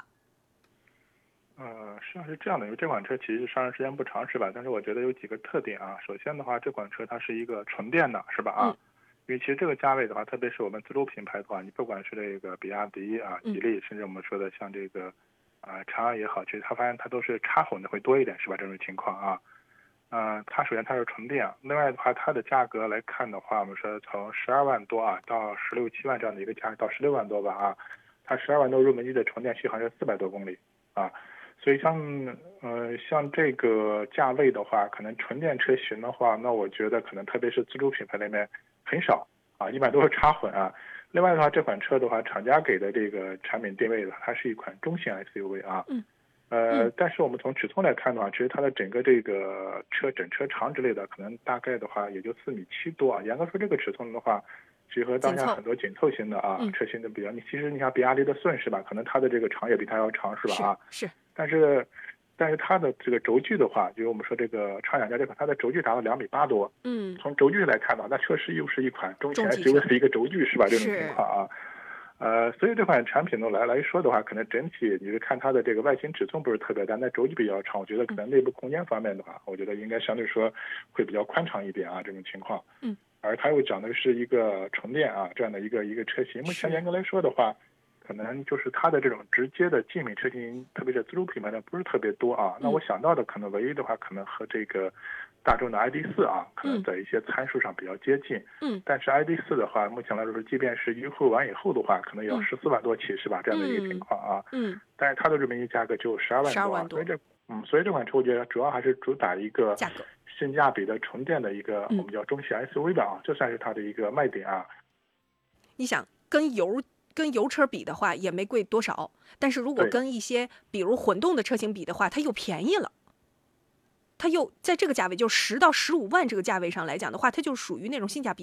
实际上是这样的，因为这款车其实上市时间不长是吧？但是我觉得有几个特点啊。首先的话，这款车它是一个纯电的是吧啊？因为其实这个价位的话，特别是我们自主品牌的话，你不管是这个比亚迪啊、吉利，甚至我们说的像这个长安也好，其实它发现它都是插混的会多一点是吧？这种情况啊。它首先它是纯电，另外的话，它的价格来看的话，我们说从12万多啊到16、17万这样的一个价格，到16万多吧啊，它12万多入门级的纯电续航是400多公里啊，所以像这个价位的话，可能纯电车型的话，那我觉得可能特别是自主品牌里面很少啊，一般都是插混啊。另外的话，这款车的话，厂家给的这个产品定位的，它是一款中型 SUV 啊。但是我们从尺寸来看的话，其实它的整个这个整车长之类的，可能大概的话也就4.7米多啊。严格说这个尺寸的话，其实和当下很多紧凑型的车型的比较，其实你像比亚迪的宋是吧，可能它的这个长也比它要长是吧啊？ 是。 但是它的这个轴距的话，就是我们说这个畅享家这款，它的轴距达到2.8米多。从轴距来看的话，那确实又是一款中型 SUV 的一个轴距是吧？这种情况啊。所以这款产品呢来说的话，可能整体你是看它的这个外形尺寸不是特别大，但轴距比较长，我觉得可能内部空间方面的话，我觉得应该相对说会比较宽敞一点啊，这种情况。而它又讲的是一个纯电啊这样的一个车型，目前严格来说的话，可能就是它的这种直接的竞品车型，特别是自主品牌的不是特别多啊。那我想到的可能唯一的话，可能和这个大众的 ID.4啊，可能在一些参数上比较接近。但是 ID.4的话，目前来说，即便是优惠完以后的话，可能也要14万多起是吧？这样的一个情况啊。但是它的入门级价格就12万多，所以这款车我觉得主要还是主打一个性价比的纯电的一个我们叫中型 SUV 的啊，这算是它的一个卖点啊。 你想跟油车比的话也没贵多少，但是如果跟一些比如混动的车型比的话，它又便宜了。它又在这个价位，就10到15万这个价位上来讲的话，它就属于那种性价比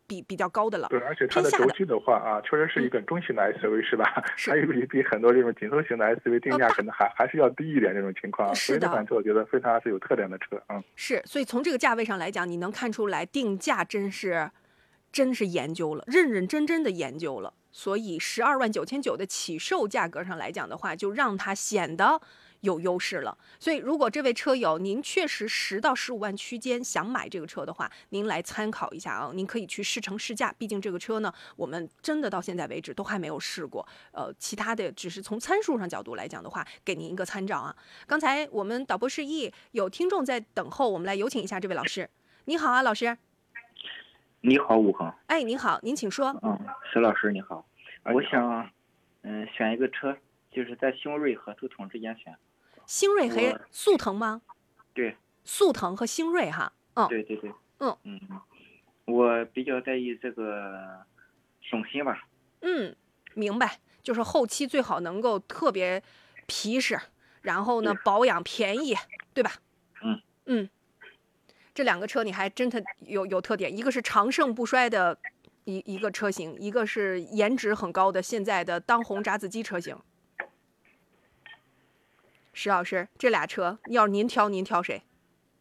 比较高的了。 对，而且它的轴距的话啊，确实是一个中型的 SUV 是吧？它比很多这种紧凑型的 SUV 定价可能还是要低一点这种情况。所以这款车我觉得非常是有特点的车啊。 是，所以从这个价位上来讲，你能看出来定价真是研究了，认认真真的研究了。所以12.999万的起售价格上来讲的话，就让它显得有优势了。所以如果这位车友您确实10到15万区间想买这个车的话，您来参考一下啊，您可以去试乘试驾。毕竟这个车呢，我们真的到现在为止都还没有试过。其他的只是从参数上角度来讲的话，给您一个参照啊。刚才我们导播示意有听众在等候，我们来有请一下这位老师。你好啊，老师。 你好，吴恒。 哎，您好，您请说。 石老师你好，我想选一个车，就是在星瑞和速腾之间选。 星瑞和速腾吗？ 对， 速腾和星瑞哈。 对，我比较在意这个省心吧。 明白，就是后期最好能够特别皮实，然后呢保养便宜，对吧？这两个车你还真的有特点，一个是长盛不衰的一个车型，一个是颜值很高的现在的当红炸子鸡车型。石老师，这俩车要是您挑，您挑谁？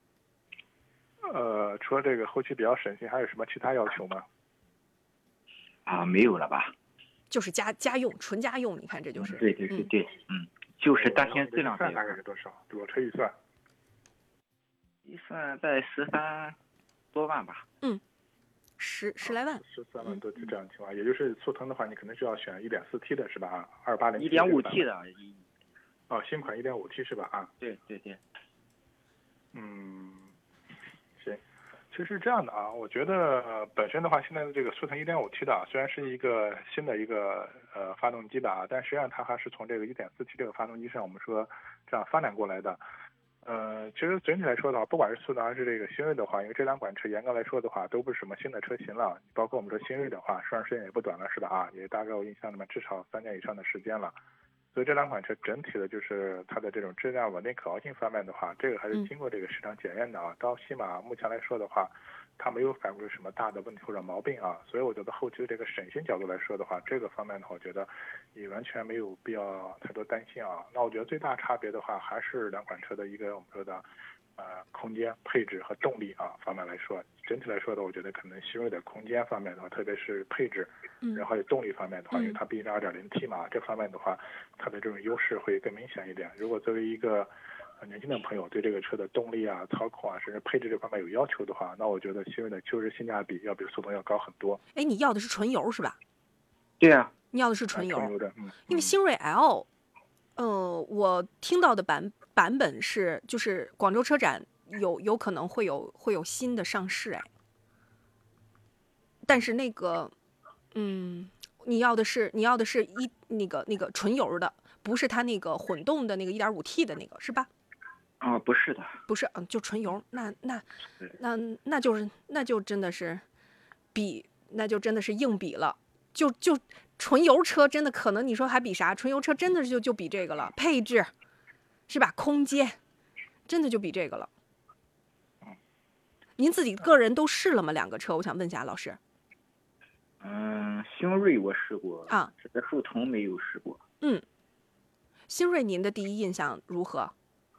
除了这个后期比较省心，还有什么其他要求吗？ 没有了吧？ 就是家用，纯家用，你看这就是。 对，就是当天质量。 大概是多少？裸车预算？ 预算在13多万吧。 十来万。 13万多就这样情况，也就是速腾的话，你可能就要选 1.4T 的是吧？280。 1.5T 的。 新款 1.5T 是吧？ 对。 行。其实是这样的啊，我觉得本身的话，现在的这个速腾 1.5T 的虽然是一个新的一个发动机吧，但实际上它还是从这个 1.4T 这个发动机上我们说这样发展过来的。其实整体来说的话，不管是速腾还是这个新锐的话，因为这两款车严格来说的话都不是什么新的车型了，包括我们说新锐的话，上市时间也不短了是吧？也大概我印象里面至少3年以上的时间了。所以这两款车整体的就是它的这种质量稳定可靠性方面的话，这个还是经过这个市场检验的啊。到起码目前来说的话，它没有反映出什么大的问题或者毛病啊。所以我觉得后期的这个省心角度来说的话，这个方面的话，我觉得也完全没有必要太多担心啊。那我觉得最大差别的话，还是两款车的一个我们说的空间、配置和动力啊方面来说，整体来说的，我觉得可能新锐的空间方面的话，特别是配置，然后还有动力方面的话，因为它毕竟是 2.0T 嘛，这方面的话，它的这种优势会更明显一点。如果作为一个年轻的朋友对这个车的动力啊、操控啊，甚至配置这方面有要求的话，那我觉得新锐的确实性价比要比速腾要高很多。 哎，你要的是纯油是吧？ 对啊， 你要的是纯油。 纯油的， 因为星锐 L，我听到的版本是，就是广州车展有可能会有新的上市哎，但是那个，你要的是那个纯油的，不是它那个混动的那个 1.5T 的那个是吧？ 不是的， 不是，就纯油，那就真的是那就真的是硬比了，就纯油车真的可能你说还比啥？纯油车真的就比这个了，配置是吧？空间真的就比这个了。您自己个人都试了吗？两个车，我想问一下老师。 星锐我试过啊， 这个速腾没有试过。 星锐您的第一印象如何？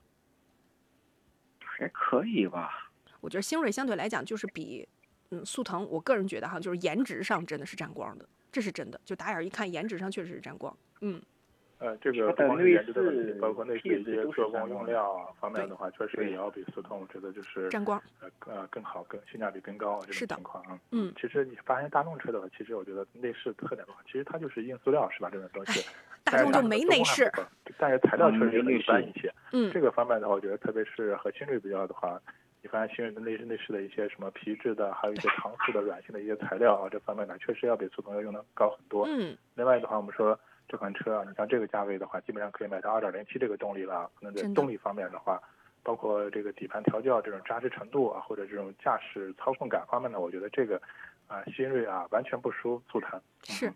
还可以吧。 我觉得星锐相对来讲就是比速腾，我个人觉得哈，就是颜值上真的是沾光的，这是真的，就打眼一看颜值上确实是沾光。 这个不光是颜值的问题，包括内饰一些做工用料方面的话，确实也要比速腾，我觉得就是沾光， 更好、更性价比更高这种情况啊。其实你发现大众车的话，其实我觉得内饰特点的话，其实它就是硬塑料是吧？这种东西， 大众就没内饰， 但是材料确实一般一些。这个方面的话，我觉得特别是和新锐比较的话，你发现新锐的内饰的一些什么皮质的，还有一些长塑的软性的一些材料啊，这方面呢，确实要比速腾要用的高很多。另外的话，我们说这款车啊，你像这个价位的话，基本上可以买到 2.0T 这个动力了。可能在动力方面的话，包括这个底盘调教这种扎实程度啊，或者这种驾驶操控感方面呢，我觉得这个新锐啊完全不输速腾。 是，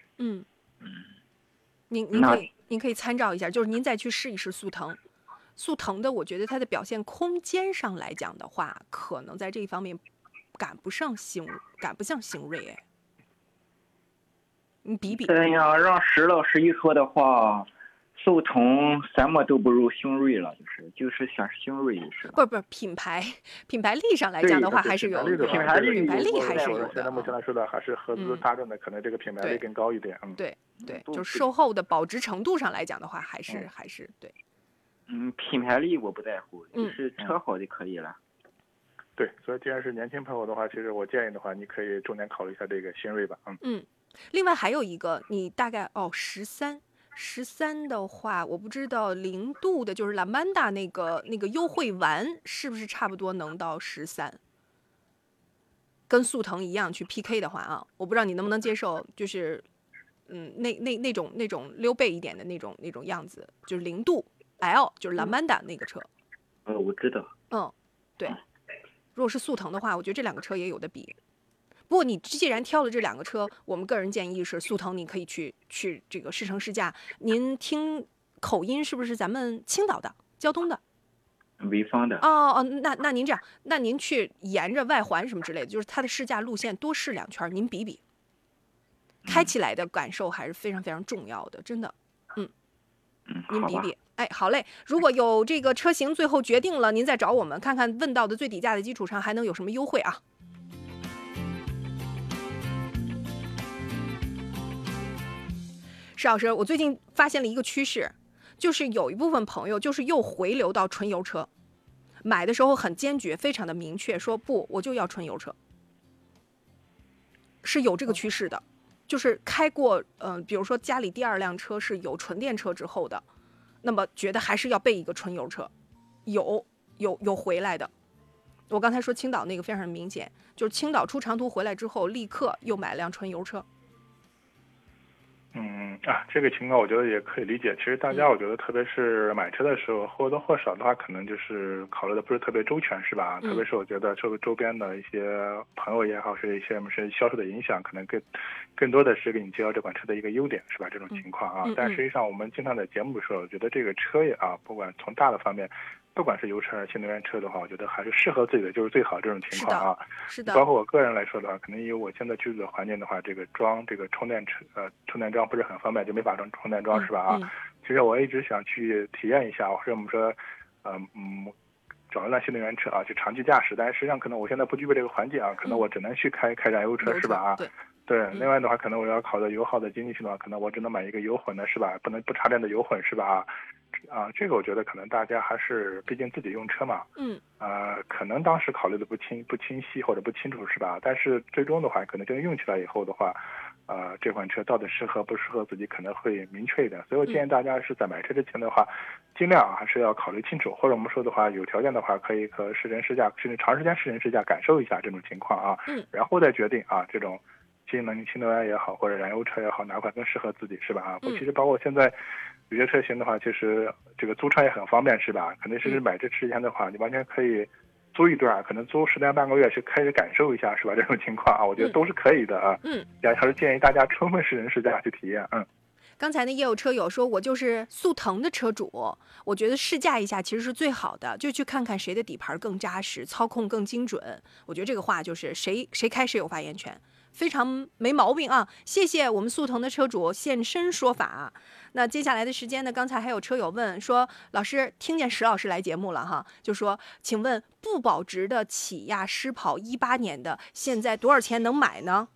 您可以参照一下，就是您再去试一试速腾。速腾的，我觉得它的表现空间上来讲的话，可能在这一方面赶不上星瑞哎。你比比。 这样让石老师一说的话，速腾什么都不如星瑞了，就是选星瑞是吧？ 不是品牌力上来讲的话，还是有品牌力还是有的。 现在目前来说的还是合资大众的，可能这个品牌力更高一点。 对，就售后的保值程度上来讲的话，还是对。 品牌力我不在乎，就是车好就可以了。 对，所以既然是年轻朋友的话，其实我建议的话，你可以重点考虑一下这个新锐吧。 另外还有一个，你大概13的话，我不知道0度的，就是兰曼达那个优惠完是不是差不多能到13？跟速腾一样去 PK 的话啊，我不知道你能不能接受，就是那种溜背一点的那种样子，就是0度 L， 就是兰曼达那个车。 我知道。 对。如果是速腾的话，我觉得这两个车也有的比。不过你既然挑了这两个车，我们个人建议是速腾，你可以去这个试乘试驾。您听口音是不是咱们青岛的、胶东的？ 潍坊的。 那您这样，那您去沿着外环什么之类的，就是它的试驾路线多试2圈，您比比，开起来的感受还是非常非常重要的，真的。您比比。哎，好嘞。如果有这个车型最后决定了，您再找我们看看，问到的最底价的基础上还能有什么优惠啊？石老师，我最近发现了一个趋势，就是有一部分朋友就是又回流到纯油车，买的时候很坚决，非常的明确，说不，我就要纯油车，是有这个趋势的。就是开过比如说家里第2辆车是有纯电车之后的，那么觉得还是要备一个纯油车，有回来的。我刚才说青岛那个非常明显，就是青岛出长途回来之后，立刻又买辆纯油车。 这个情况我觉得也可以理解。其实大家我觉得特别是买车的时候，或多或少的话，可能就是考虑的不是特别周全，是吧？特别是我觉得这个周边的一些朋友也好，是一些销售的影响，可能更多的是给你介绍这款车的一个优点，是吧？这种情况啊。但实际上我们经常在节目里说，我觉得这个车也不管从大的方面，不管是油车还是新能源车的话，我觉得还是适合自己的就是最好这种情况啊。 是的。 包括我个人来说的话，可能因为我现在居住的环境的话，这个装这个充电桩不是很方便，就没法装充电桩，是吧？其实我一直想去体验一下，或者我们说，找一辆新能源车去长期驾驶，但是实际上可能我现在不具备这个环境可能我只能去开燃油车，是吧？对。另外的话，可能我要考虑油耗的经济性的话，可能我只能买一个油混的，是吧？不能不插电的油混，是吧？这个我觉得可能大家还是毕竟自己用车嘛，可能当时考虑的不清晰或者不清楚，是吧？但是最终的话，可能真的用起来以后的话，这款车到底适合不适合自己，可能会明确一点。所以我建议大家是在买车之前的话，尽量还是要考虑清楚，或者我们说的话，有条件的话可以和试乘试驾，甚至长时间试乘试驾感受一下这种情况然后再决定这种新能源也好，或者燃油车也好，哪款更适合自己，是吧？其实包括现在有些车型的话，其实这个租车也很方便，是吧？肯定是买这之前的话，你完全可以租一段，可能租10天半个月去开始感受一下，是吧？这种情况我觉得都是可以的还是建议大家充分试乘试驾去体验。 刚才呢也有车友说，我就是速腾的车主，我觉得试驾一下其实是最好的，就去看看谁的底盘更扎实，操控更精准。我觉得这个话就是谁开谁有发言权，非常没毛病啊！谢谢我们速腾的车主现身说法。那接下来的时间呢，刚才还有车友问说，老师听见石老师来节目了哈，就说请问不保值的起亚狮跑18年的现在多少钱能买呢？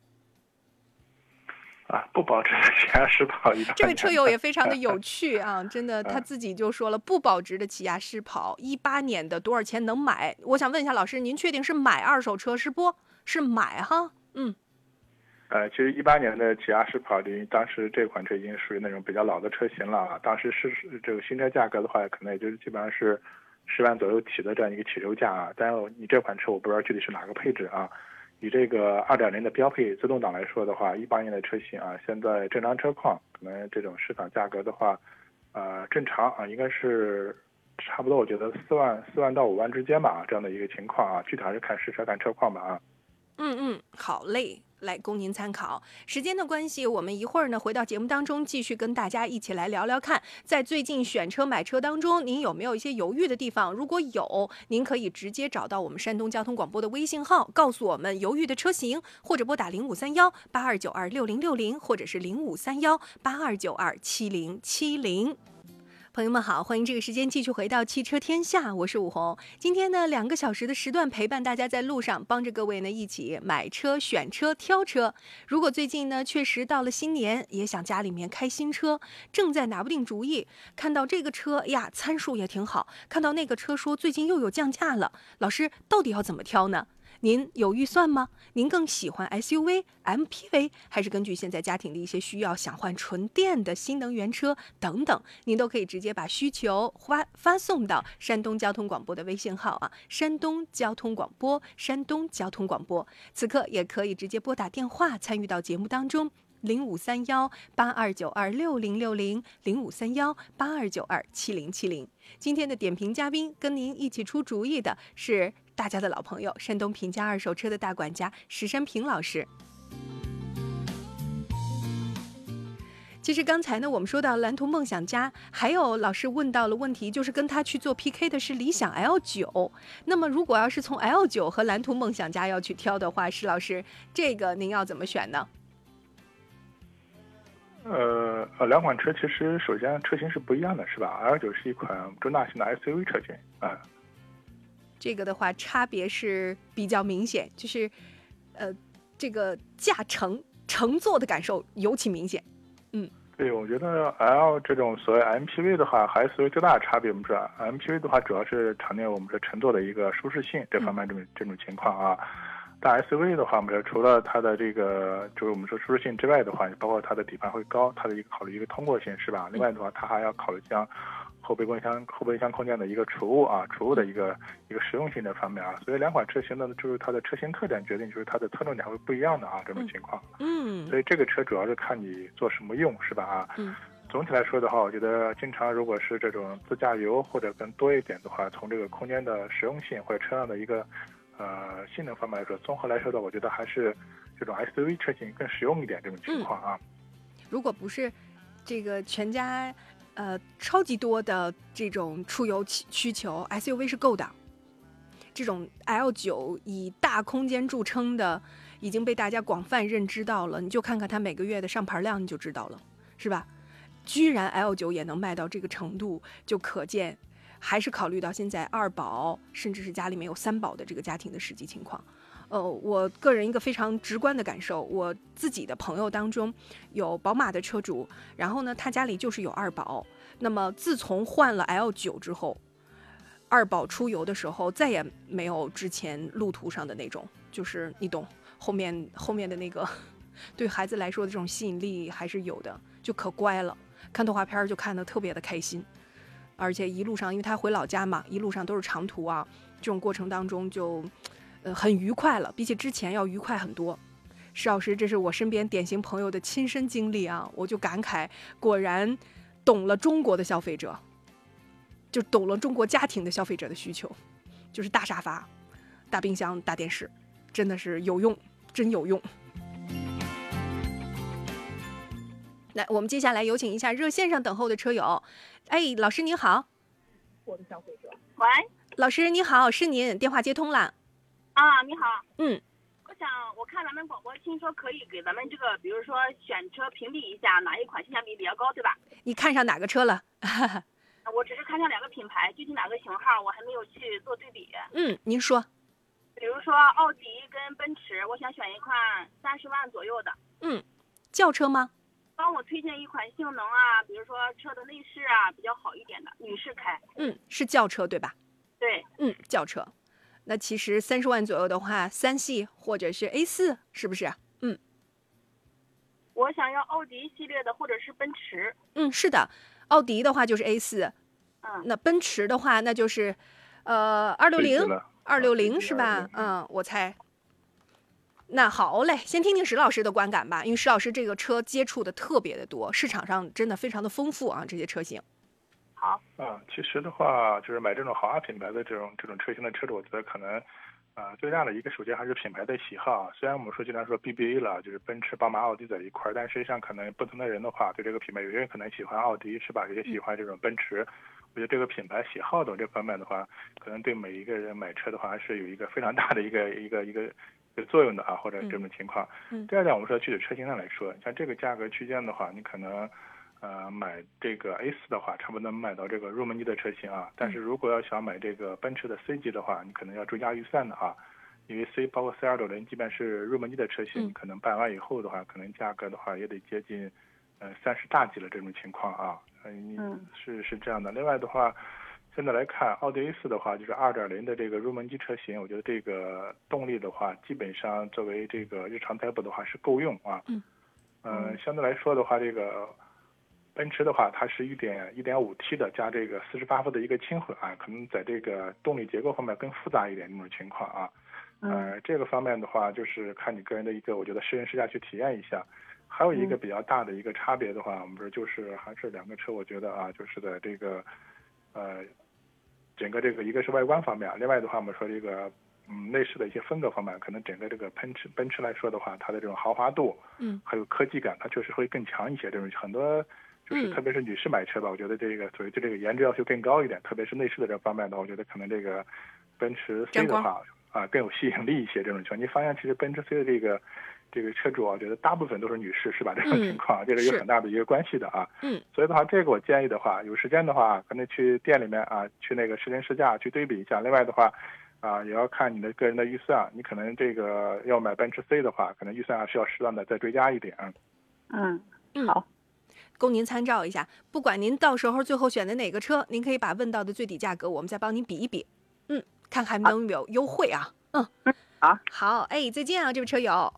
不保值的起亚狮跑18年， 这位车友也非常的有趣真的他自己就说了，不保值的起亚狮跑18年的多少钱能买？我想问一下老师，您确定是买二手车是不？是买哈？ 其实18年的起亚狮跑，当时这款车已经属于那种比较老的车型了当时是这个新车价格的话，可能也就是基本上是10万左右起的这样一个起售价但是你这款车我不知道具体是哪个配置以这个2.0的标配自动挡来说的话，18年的车型现在正常车况，可能这种市场价格的话，正常应该是差不多，我觉得4万到5万之间吧这样的一个情况具体还是看实车看车况吧好嘞。 来供您参考。时间的关系，我们一会儿呢回到节目当中，继续跟大家一起来聊聊看，在最近选车买车当中，您有没有一些犹豫的地方？如果有，您可以直接找到我们山东交通广播的微信号，告诉我们犹豫的车型，或者拨打053182926060，或者是053182927070。朋友们好，欢迎这个时间继续回到汽车天下，我是武红。今天呢2个小时的时段陪伴大家在路上，帮着各位呢一起买车、选车、挑车。如果最近呢确实到了新年，也想家里面开新车，正在拿不定主意，看到这个车呀参数也挺好，看到那个车说最近又有降价了，老师到底要怎么挑呢？您有预算吗？您更喜欢 SUV、MPV， 还是根据现在家庭的一些需要想换纯电的新能源车等等？您都可以直接把需求发送到山东交通广播的微信号啊，山东交通广播，山东交通广播。此刻也可以直接拨打电话参与到节目当中。0531829060，053182927070。今天的点评嘉宾跟您一起出主意的是大家的老朋友，山东平价二手车的大管家石山平老师。其实刚才呢，我们说到蓝图梦想家，还有老师问到了问题，就是跟他去做 PK 的是理想 L9。那么如果要是从 L9和蓝图梦想家要去挑的话，石老师，这个您要怎么选呢？ 两款车其实首先车型是不一样的，是吧 ？L9是一款中大型的 SUV 车型啊。 这个的话差别是比较明显，就是这个驾乘坐的感受尤其明显。 对，我觉得 L 这种所谓 MPV 的话，和 SUV 最大的差别，我们说 MPV 的话主要是常见我们说乘坐的一个舒适性这方面这种情况啊。但 SUV 的话，我们说除了它的这个就是我们说舒适性之外的话，包括它的底盘会高，它的一个考虑一个通过性，是吧？另外的话，它还要考虑像后备箱空间的一个储物的一个实用性的方面啊。所以两款车型呢，就是它的车型特点决定就是它的侧重点会不一样的啊，这种情况。所以这个车主要是看你做什么用，是吧？总体来说的话，我觉得经常如果是这种自驾游或者更多一点的话，从这个空间的实用性或者车辆的一个性能方面来说，综合来说的，我觉得还是这种 SUV 车型更实用一点这种情况啊。 如果不是这个全家超级多的这种出游需求 ，SUV 是够的。这种 L9以大空间著称的，已经被大家广泛认知到了。你就看看它每个月的上牌量，你就知道了，是吧？居然 L9也能卖到这个程度，就可见还是考虑到现在2宝甚至是家里面有3宝的这个家庭的实际情况。我个人一个非常直观的感受，我自己的朋友当中有宝马的车主，然后呢他家里就是有2宝，那么自从换了 L9之后，2宝出游的时候再也没有之前路途上的那种，就是你懂后面的那个对孩子来说的这种吸引力还是有的，就可乖了，看动画片就看得特别的开心。而且一路上因为他回老家嘛，一路上都是长途啊，这种过程当中就很愉快了，比起之前要愉快很多。石老师，这是我身边典型朋友的亲身经历啊，我就感慨，果然懂了中国的消费者，就懂了中国家庭的消费者的需求，就是大沙发、大冰箱、大电视，真的是有用，真有用。来，我们接下来有请一下热线上等候的车友。哎，老师您好。 我的消费者。喂， 老师你好，是您，电话接通了。 啊，你好。我看咱们广播听说可以给咱们这个，比如说选车评比一下哪一款性价比比较高，对吧？ 你看上哪个车了？ 我只是看上2个品牌，具体哪个型号我还没有去做对比。 您说。 比如说奥迪跟奔驰，我想选一款30万左右的。 轿车吗？ 帮我推荐一款性能啊，比如说车的内饰啊比较好一点的，女士开。 是轿车对吧？ 对。 轿车。那其实30万左右的话，3系或者是 A4 是不是？ 我想要奥迪系列的或者是奔驰。 是的，奥迪的话就是 A4。那奔驰的话那就是260是吧？我猜。那好嘞，先听听石老师的观感吧，因为石老师这个车接触的特别的多，市场上真的非常的丰富啊，这些车型。 好。 其实的话，就是买这种豪华品牌的这种车型的车主，我觉得可能最大的一个首先还是品牌的喜好。虽然我们说经常说 BBA 了，就是奔驰、宝马、奥迪在一块儿，但实际上可能不同的人的话，对这个品牌，有些人可能喜欢奥迪，是吧？有些喜欢这种奔驰。我觉得这个品牌喜好的这方面的话，可能对每一个人买车的话，还是有一个非常大的一个作用的啊，或者这种情况。第二点，我们说具体车型上来说，像这个价格区间的话，你可能买这个 A4 的话，差不多能买到这个入门级的车型啊。但是如果要想买这个奔驰的 C 级的话，你可能要追加预算的啊。因为 C 包括 C260，即便是入门级的车型，可能办完以后的话，可能价格的话也得接近30大几了这种情况啊。是这样的。另外的话，现在来看奥迪 A4 的话，就是 2.0 的这个入门级车型，我觉得这个动力的话，基本上作为这个日常代步的话是够用啊。相对来说的话，这个奔驰的话，它是1.5T 的加这个48伏的一个轻混啊，可能在这个动力结构方面更复杂一点这种情况啊。这个方面的话，就是看你个人的一个，我觉得试乘试驾去体验一下。还有一个比较大的一个差别的话，我们说就是还是两个车，我觉得啊，就是在这个整个这个一个是外观方面，另外的话我们说这个内饰的一些风格方面，可能整个这个奔驰来说的话，它的这种豪华度，还有科技感，它确实会更强一些。这种很多就是特别是女士买车吧，我觉得这个所谓对这个颜值要求更高一点，特别是内饰的这方面的话，我觉得可能这个奔驰 C 的话更有吸引力一些。这种情况，你发现其实奔驰 C 的这个车主啊，我觉得大部分都是女士，是吧？这种情况，这个有很大的一个关系的啊。所以的话，这个我建议的话，有时间的话，可能去店里面啊，去那个试乘试驾去对比一下。另外的话，也要看你的个人的预算。你可能这个要买奔驰 C 的话，可能预算还是要适当的再追加一点。 好， 供您参照一下。不管您到时候最后选的哪个车，您可以把问到的最低价格，我们再帮您比一比。看还能有优惠啊。好，哎，再见啊，这位车友。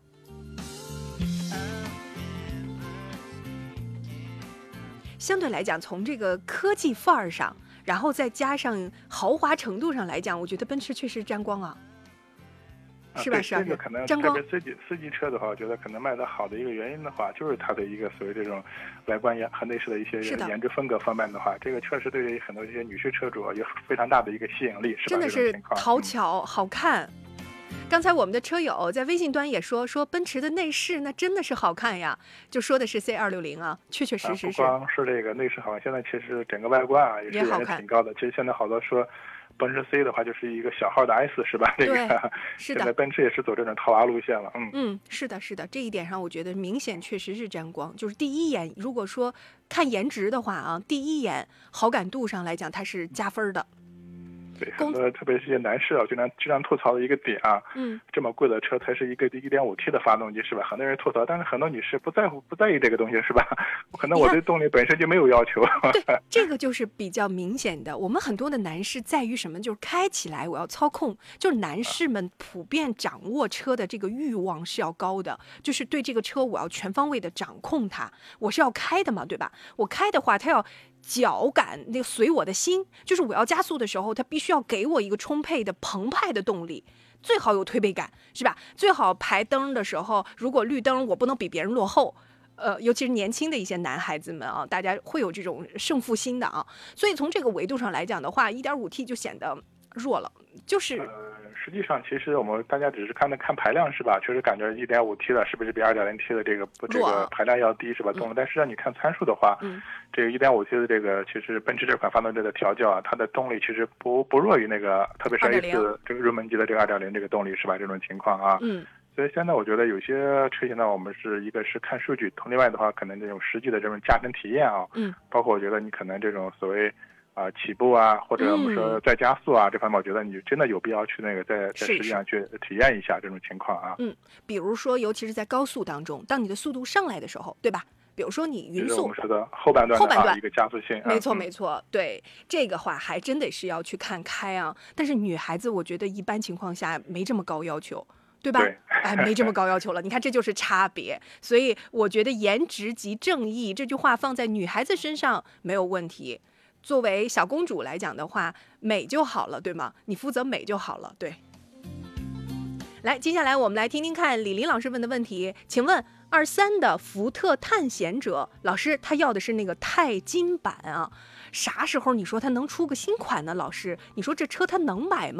相对来讲，从这个科技范儿上，然后再加上豪华程度上来讲，我觉得奔驰确实沾光啊，是吧？是啊， 这个可能特别四级车的话，我觉得可能卖得好的一个原因的话，就是它的一个所谓这种外观和内饰的一些颜值风格方面的话，这个确实对于很多这些女士车主有非常大的一个吸引力，是吧？ 真的是讨巧、好看。刚才我们的车友在微信端也说奔驰的内饰那真的是好看呀，就说的是 C260啊，确实是。 不光是这个内饰好看，现在其实整个外观啊也是颜值挺高的。其实现在好多说奔驰 C 的话就是一个小号的 S， 是吧？这个是的，现在奔驰也是走这种套娃路线了。 是的，这一点上我觉得明显确实是沾光。就是第一眼，如果说看颜值的话啊，第一眼好感度上来讲，它是加分的。 对，很多特别是一些男士啊，经常吐槽的一个点啊，这么贵的车才是一个 1.5T 的发动机，是吧？很多人吐槽，但是很多女士不在意这个东西，是吧？可能我对动力本身就没有要求。 对，这个就是比较明显的。我们很多的男士在于什么？就是开起来我要操控，就是男士们普遍掌握车的这个欲望是要高的，就是对这个车我要全方位的掌控它，我是要开的嘛，对吧？我开的话，它要脚感那个随我的心，就是我要加速的时候，它必须要给我一个充沛的澎湃的动力，最好有推背感，是吧？最好排灯的时候，如果绿灯我不能比别人落后，尤其是年轻的一些男孩子们啊，大家会有这种胜负心的啊，所以从这个维度上来讲的话， 1.5T 就显得弱了，就是实际上其实我们大家只是看排量，是吧？确实感觉 1.5T 的是不是比 2.0T 的这个排量要低，是吧？但是让你看参数的话，这个 1.5T 的这个其实奔驰这款发动机的调教啊，它的动力其实不弱于那个，特别是 A4 这个入门级的这个 2.0 这个动力，是吧？这种情况啊，所以现在我觉得有些车型呢，我们是一个是看数据，另外的话可能这种实际的这种驾乘体验啊，包括我觉得你可能这种所谓起步啊，或者我们说再加速啊，这方面我觉得你真的有必要去那个在实际上去体验一下这种情况啊。 比如说尤其是在高速当中，当你的速度上来的时候，对吧？比如说你匀速， 我们说的后半段一个加速性， 没错，对，这个话还真得是要去看开啊。但是女孩子我觉得一般情况下没这么高要求，对吧？没这么高要求了。你看这就是差别。所以我觉得颜值即正义这句话放在女孩子身上没有问题。作为小公主来讲的话，美就好了，对吗？你负责美就好了，对。来，接下来我们来听听看李林老师问的问题。请问23的福特探险者，老师他要的是那个钛金版啊，啥时候你说他能出个新款呢？老师，你说这车他能买吗？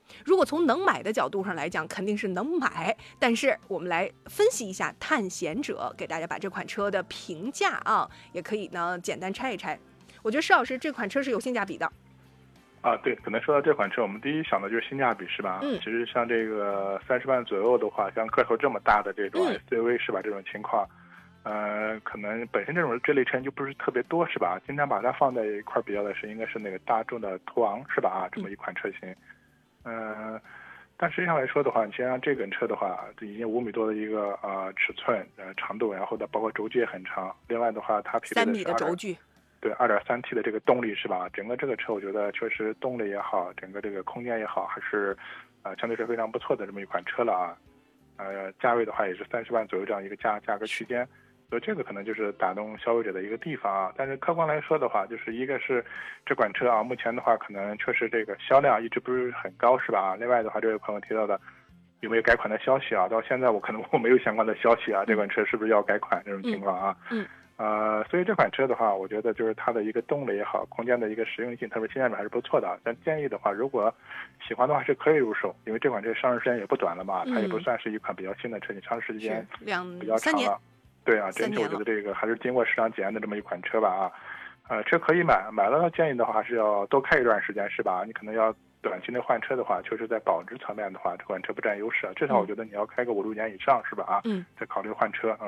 如果从能买的角度上来讲，肯定是能买。但是我们来分析一下探险者，给大家把这款车的评价啊，也可以呢简单拆一拆。我觉得施老师这款车是有性价比的。 对，可能说到这款车，我们第一想的就是性价比，是吧？其实像这个30万左右的话，像个头这么大的这种 SUV，是吧？这种情况，可能本身这类车就不是特别多，是吧？经常把它放在一块比较的是，应该是那个大众的途昂，是吧？这么一款车型，但实际上来说的话，你像这个车的话，已经5米多的一个尺寸长度，然后的包括轴距也很长。另外的话，它匹配的 3米的轴距， 对 2.3T 的这个动力，是吧？整个这个车我觉得确实动力也好，整个这个空间也好，还是相对是非常不错的这么一款车了啊。价位的话也是30万左右这样一个价格区间。所以这个可能就是打动消费者的一个地方啊，但是客观来说的话，就是一个是这款车啊，目前的话可能确实这个销量一直不是很高，是吧？另外的话，这位朋友提到的有没有改款的消息啊？到现在我没有相关的消息啊，这款车是不是要改款这种情况啊？所以这款车的话，我觉得就是它的一个动力也好，空间的一个实用性，特别性价比还是不错的。但建议的话，如果喜欢的话是可以入手，因为这款车上市时间也不短了嘛，它也不算是一款比较新的车，上市时间比较长了。对啊，整体我觉得这个还是经过市场检验的这么一款车吧啊，车可以买了，建议的话还是要多开一段时间，是吧？你可能要短期内换车的话，确实在保值层面的话，这款车不占优势，至少我觉得你要开个5-6年以上，是吧？啊，再考虑换车。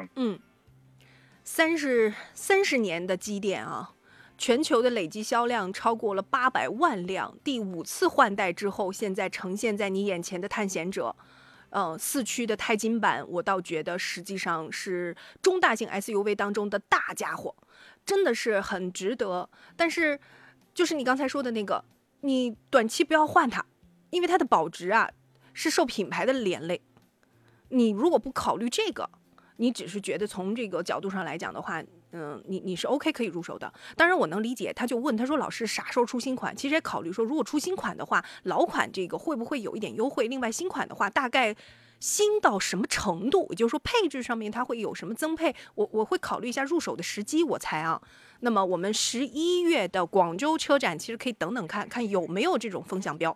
30年的积淀啊，全球的累计销量超过了800万辆，第5次换代之后，现在呈现在你眼前的探险者。4驱的钛金版，我倒觉得实际上是中大型 SUV 当中的大家伙，真的是很值得。但是，就是你刚才说的那个，你短期不要换它，因为它的保值啊是受品牌的连累。你如果不考虑这个，你只是觉得从这个角度上来讲的话，你是 OK 可以入手的。当然我能理解，他就问他说老师啥时候出新款？其实也考虑说，如果出新款的话，老款这个会不会有一点优惠？另外新款的话，大概新到什么程度？也就是说配置上面它会有什么增配？我会考虑一下入手的时机，我猜啊。那么我们11月的广州车展，其实可以等等看看有没有这种风向标。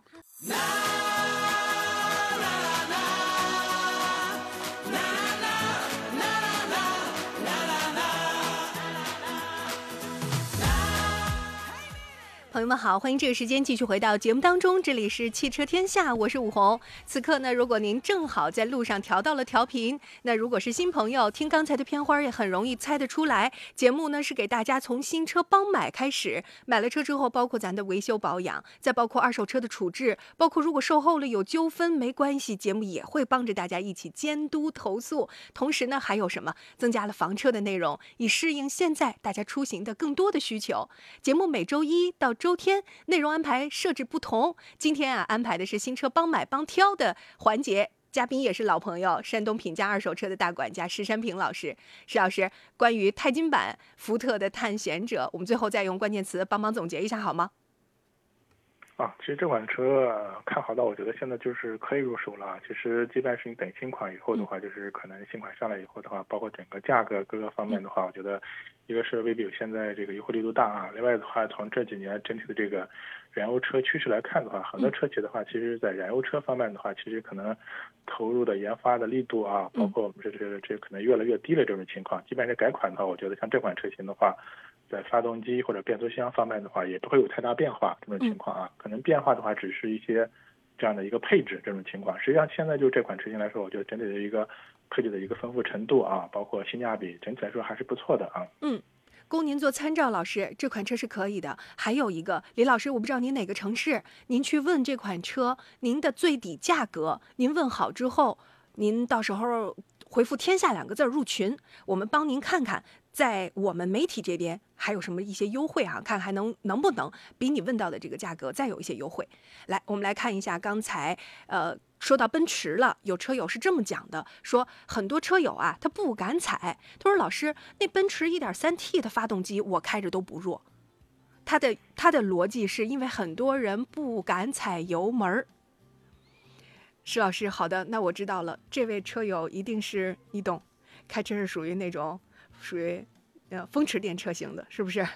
朋友们好，欢迎这个时间继续回到节目当中，这里是汽车天下，我是武红。此刻呢，如果您正好在路上调到了调频，那如果是新朋友，听刚才的片花也很容易猜得出来，节目呢是给大家从新车帮买开始，买了车之后，包括咱的维修保养，再包括二手车的处置，包括如果售后了有纠纷没关系，节目也会帮着大家一起监督投诉。同时呢，还有什么增加了房车的内容，以适应现在大家出行的更多的需求。节目每周一到周天内容安排设置不同，今天安排的是新车帮买帮挑的环节，嘉宾也是老朋友，山东品价二手车的大管家石山平老师。石老师，关于钛金版福特的探险者，我们最后再用关键词帮忙总结一下好吗？ 其实这款车看好到，我觉得现在就是可以入手了。其实即便是你等新款以后的话，就是可能新款上来以后的话，包括整个价格各个方面的话，我觉得一个是未必有现在这个优惠力度大啊。另外的话，从这几年整体的这个燃油车趋势来看的话，很多车企的话，其实在燃油车方面的话，其实可能投入的研发的力度啊，包括我们这可能越来越低的这种情况。即便是改款的话，我觉得像这款车型的话，在发动机或者变速箱方面的话，也不会有太大变化这种情况啊。可能变化的话，只是一些这样的一个配置这种情况。实际上现在就这款车型来说，我觉得整体的一个配置的一个丰富程度啊，包括性价比，整体来说还是不错的啊。 供您做参照，老师，这款车是可以的。还有一个，李老师，我不知道您哪个城市，您去问这款车您的最底价格，您问好之后，您到时候回复天下2个字入群，我们帮您看看在我们媒体这边还有什么一些优惠啊，看还能不能比你问到的这个价格再有一些优惠。来，我们来看一下刚才说到奔驰了，有车友是这么讲的，说很多车友啊他不敢踩，他说老师，那奔驰 1.3T 的发动机我开着都不弱。他的逻辑是因为很多人不敢踩油门。石老师，好的，那我知道了，这位车友一定是你懂，开车是属于那种属于风驰电车型的，是不是？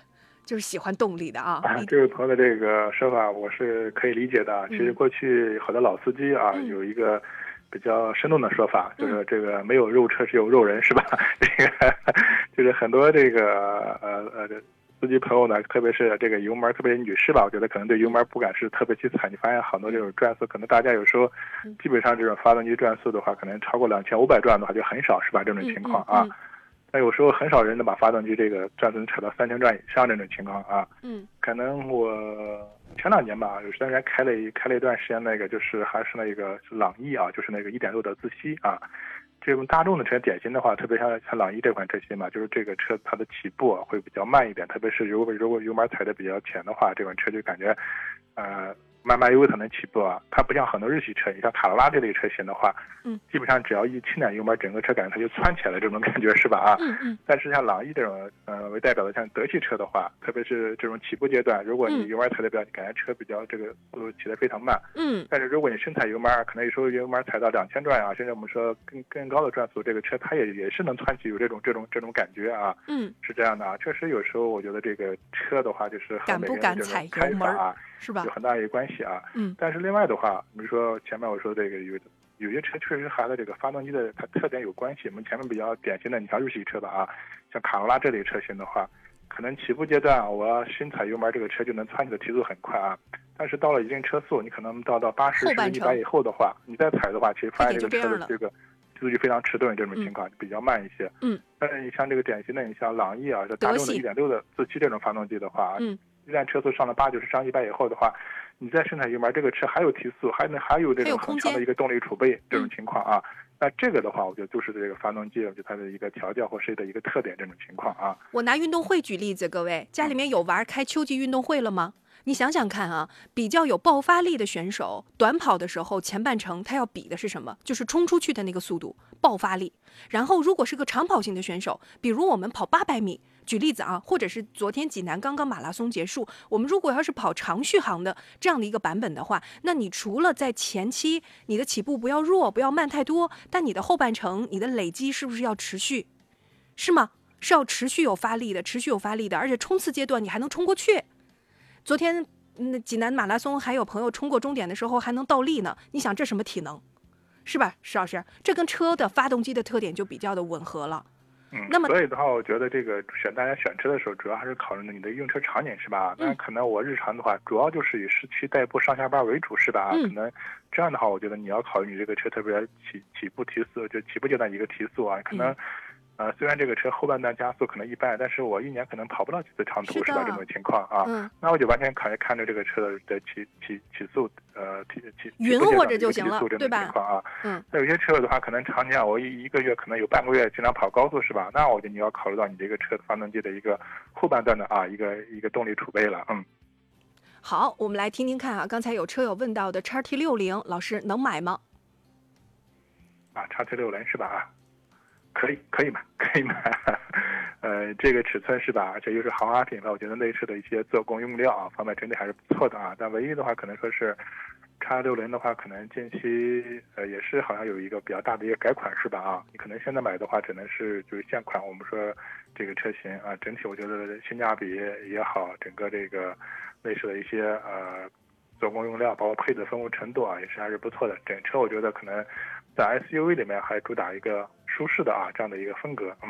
就是喜欢动力的啊。 这位朋友的这个说法我是可以理解的。其实过去好多老司机啊，有一个比较生动的说法，就是这个没有肉车只有肉人，是吧？这个就是很多这个司机朋友呢，特别是这个油门，特别是女士吧，我觉得可能对油门不敢是特别去踩。你发现很多这种转速，可能大家有时候基本上这种发动机转速的话，可能超过2500转的话就很少，是吧？这种情况啊。那有时候很少人能把发动机这个转速能踩到3000转以上这种情况啊。可能我前2年吧，有段时间开了一段时间，那个就是还是那个朗逸啊，就是那个1.6的自吸啊。这种大众的车典型的话，特别像朗逸这款车型嘛，就是这个车它的起步会比较慢一点，特别是如果油门踩的比较浅的话，这款车就感觉慢慢悠悠才能起步啊。它不像很多日系车，你像卡罗拉这类车型的话，基本上只要一轻点油门，整个车感觉它就窜起来了，这种感觉是吧啊？但是像朗逸这种为代表的像德系车的话，特别是这种起步阶段，如果你油门踩的比较，感觉车比较这个速度起得非常慢。但是如果你深踩油门，可能有时候油门踩到2000转啊，甚至我们说更高的转速，这个车它也是能窜起，有这种感觉啊。是这样的啊。确实有时候我觉得这个车的话，就是和每个人这种开法啊， 是吧？ 有很大一个关系啊。但是另外的话，比如说前面我说这个有些车确实和这个发动机的它特点有关系。我们前面比较典型的，你像日系车吧啊，像卡罗拉这类车型的话，可能起步阶段我要深踩油门，这个车就能窜起的提速很快啊。但是到了一定车速，你可能到80甚至100以后的话，你再踩的话，其实发现这个车的这个提速就非常迟钝，这种情况比较慢一些。但是你像这个典型的，你像朗逸啊，大众的1.6的自吸这种发动机的话，一旦车速上了80、90上100以后的话，你再深踩油门，这个车还有提速，还有这种很强的一个动力储备这种情况啊。那这个的话，我觉得就是这个发动机，我觉得它的一个调教或是的一个特点这种情况啊。 我拿运动会举例子，各位家里面有玩开秋季运动会了吗？你想想看啊，比较有爆发力的选手，短跑的时候前半程他要比的是什么？就是冲出去的那个速度，爆发力。然后如果是个长跑型的选手，比如我们跑800米，举例子啊，或者是昨天济南刚刚马拉松结束，我们如果要是跑长续航的这样的一个版本的话，那你除了在前期你的起步不要弱，不要慢太多，但你的后半程你的累积是不是要持续？是吗？是要持续有发力的，而且冲刺阶段你还能冲过去。昨天济南马拉松还有朋友冲过终点的时候还能倒立呢，你想这什么体能，是吧，石老师？这跟车的发动机的特点就比较的吻合了。那么所以的话，我觉得这个大家选车的时候，主要还是考虑你的用车场景，是吧？那可能我日常的话，主要就是以市区代步上下班为主，是吧？可能这样的话，我觉得你要考虑你这个车特别起步提速，就起步阶段一个提速啊，可能。虽然这个车后半段加速可能一般，但是我一年可能跑不了几次长途，是吧？这种情况啊，那我就完全看着这个车的起速，起匀活着就行了，对吧？ 那有些车的话，可能常年我一个月可能有半个月经常跑高速，是吧？那我觉得你要考虑到你这个车的发动机的一个后半段的一个动力储备了， 好，我们来听听看啊，刚才有车友问到的 XT60，老师能买吗 ？XT60是吧？可以买，这个尺寸是吧？而且又是豪华品牌，我觉得内饰的一些做工用料方面整体还是不错的啊。但唯一的话，可能说是X60的话，可能近期也是好像有一个比较大的一个改款是吧？啊，你可能现在买的话，只能是就是现款。我们说这个车型啊，整体我觉得性价比也好，整个这个内饰的一些做工用料，包括配置丰富程度啊，也是还是不错的。整车我觉得可能在 SUV 里面还主打一个舒适的这样的一个风格。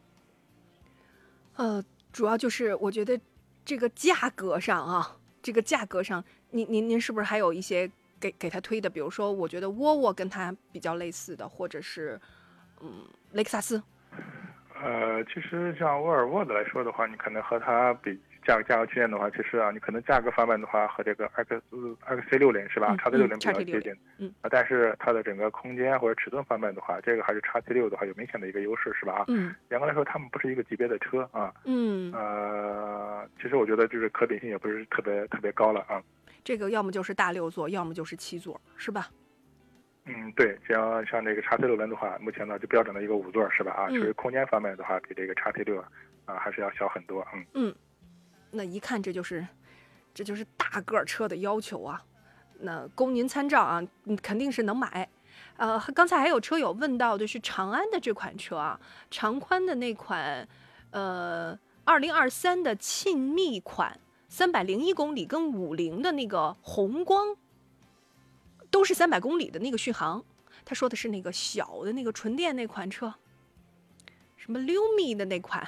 主要就是我觉得这个价格上您是不是还有一些给他推的？比如说，我觉得沃尔沃跟他比较类似的，或者是雷克萨斯。 其实像沃尔沃的来说的话，你可能和它比价格区间的话，其实你可能价格方面的话和这个XC60是吧？XT60比较接近。但是它的整个空间或者尺寸方面的话，这个还是XT6的话有明显的一个优势是吧？严格来说，他们不是一个级别的车啊。其实我觉得就是可比性也不是特别高了啊。 这个要么就是大6座，要么就是7座，是吧？ 对，像这个XT60的话，目前呢就标准的一个5座是吧？属于空间方面的话，比这个XT6还是要小很多。 那一看这就是大个车的要求啊。那供您参照啊，肯定是能买。刚才还有车友问到的是长安的这款车啊，长宽的那款 2023的庆密款301公里跟50的那个宏光都是300公里的那个续航。他说的是那个小的那个纯电那款车，什么Lumi的那款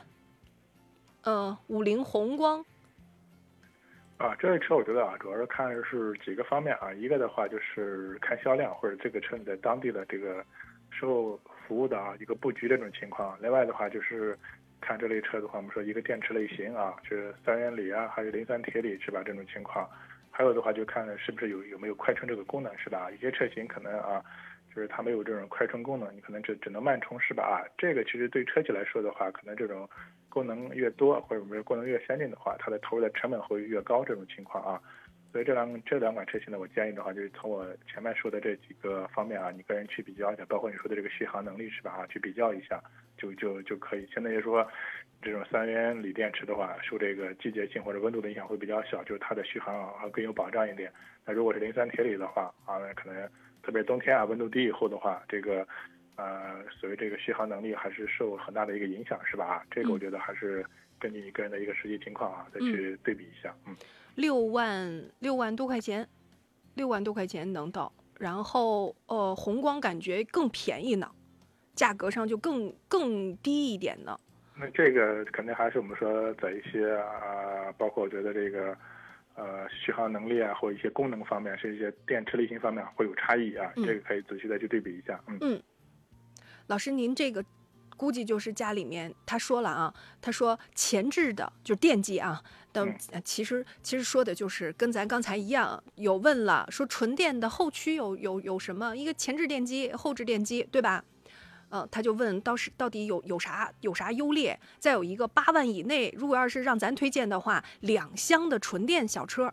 ，50宏光。 这类车我觉得主要是看是几个方面一个的话就是看销量，或者这个车你在当地的这个售后服务的一个布局这种情况。另外的话就是看这类车的话，我们说一个电池类型就是3元锂还有磷酸铁锂是吧？这种情况。还有的话就看是不是有没有快充这个功能是吧？有些车型可能就是它没有这种快充功能，你可能只能慢充是吧？这个其实对车企来说的话，可能这种功能越多或者功能越先进的话，它的投入的成本会越高这种情况所以这两款车型呢，我建议的话就是从我前面说的这几个方面你个人去比较一下，包括你说的这个续航能力是吧？去比较一下就可以。相当于说这种3元锂电池的话，受这个季节性或者温度的影响会比较小，就是它的续航更有保障一点。那如果是磷酸铁锂的话那可能特别冬天温度低以后的话，这个所谓这个续航能力还是受很大的一个影响是吧？这个我觉得还是根据你个人的一个实际情况再去对比一下。 6万多块钱，6万多块钱能到，然后宏光感觉更便宜呢，价格上就更低一点呢。 那这个肯定还是我们说在一些包括我觉得这个续航能力或一些功能方面，是一些电池类型方面会有差异这个可以仔细的去对比一下。 老师您这个估计就是家里面他说了他说前置的就是电机但其实说的就是跟咱刚才一样，有问了说纯电的后驱有什么，一个前置电机后置电机对吧？他就问到底有啥优劣，再有一个8万以内，如果要是让咱推荐的话，2厢的纯电小车。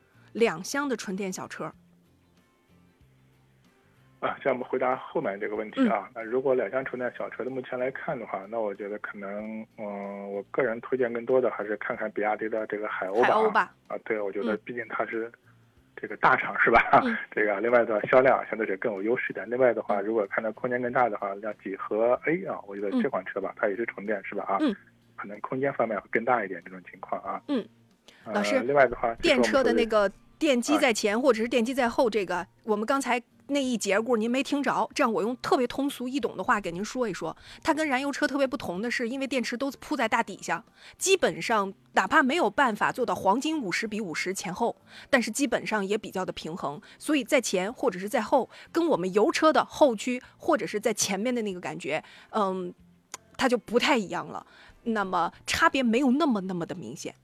像我们回答后面这个问题那如果2厢纯电小车的目前来看的话，那我觉得可能我个人推荐更多的还是看看比亚迪的这个海鸥吧。对，我觉得毕竟它是这个大厂是吧？这个另外的销量相对是更有优势的。另外的话，如果看到空间更大的话，像几何 A 我觉得这款车吧，它也是纯电是吧？可能空间方面会更大一点这种情况老师， 另外的话， 电车的那个电机在前或者是电机在后，这个我们刚才那一节故您没听着，这样我用特别通俗易懂的话给您说一说。它跟燃油车特别不同的是，因为电池都铺在大底下，基本上哪怕没有办法做到黄金50:50前后，但是基本上也比较的平衡，所以在前或者是在后，跟我们油车的后驱或者是在前面的那个感觉它就不太一样了。那么差别没有那么的明显，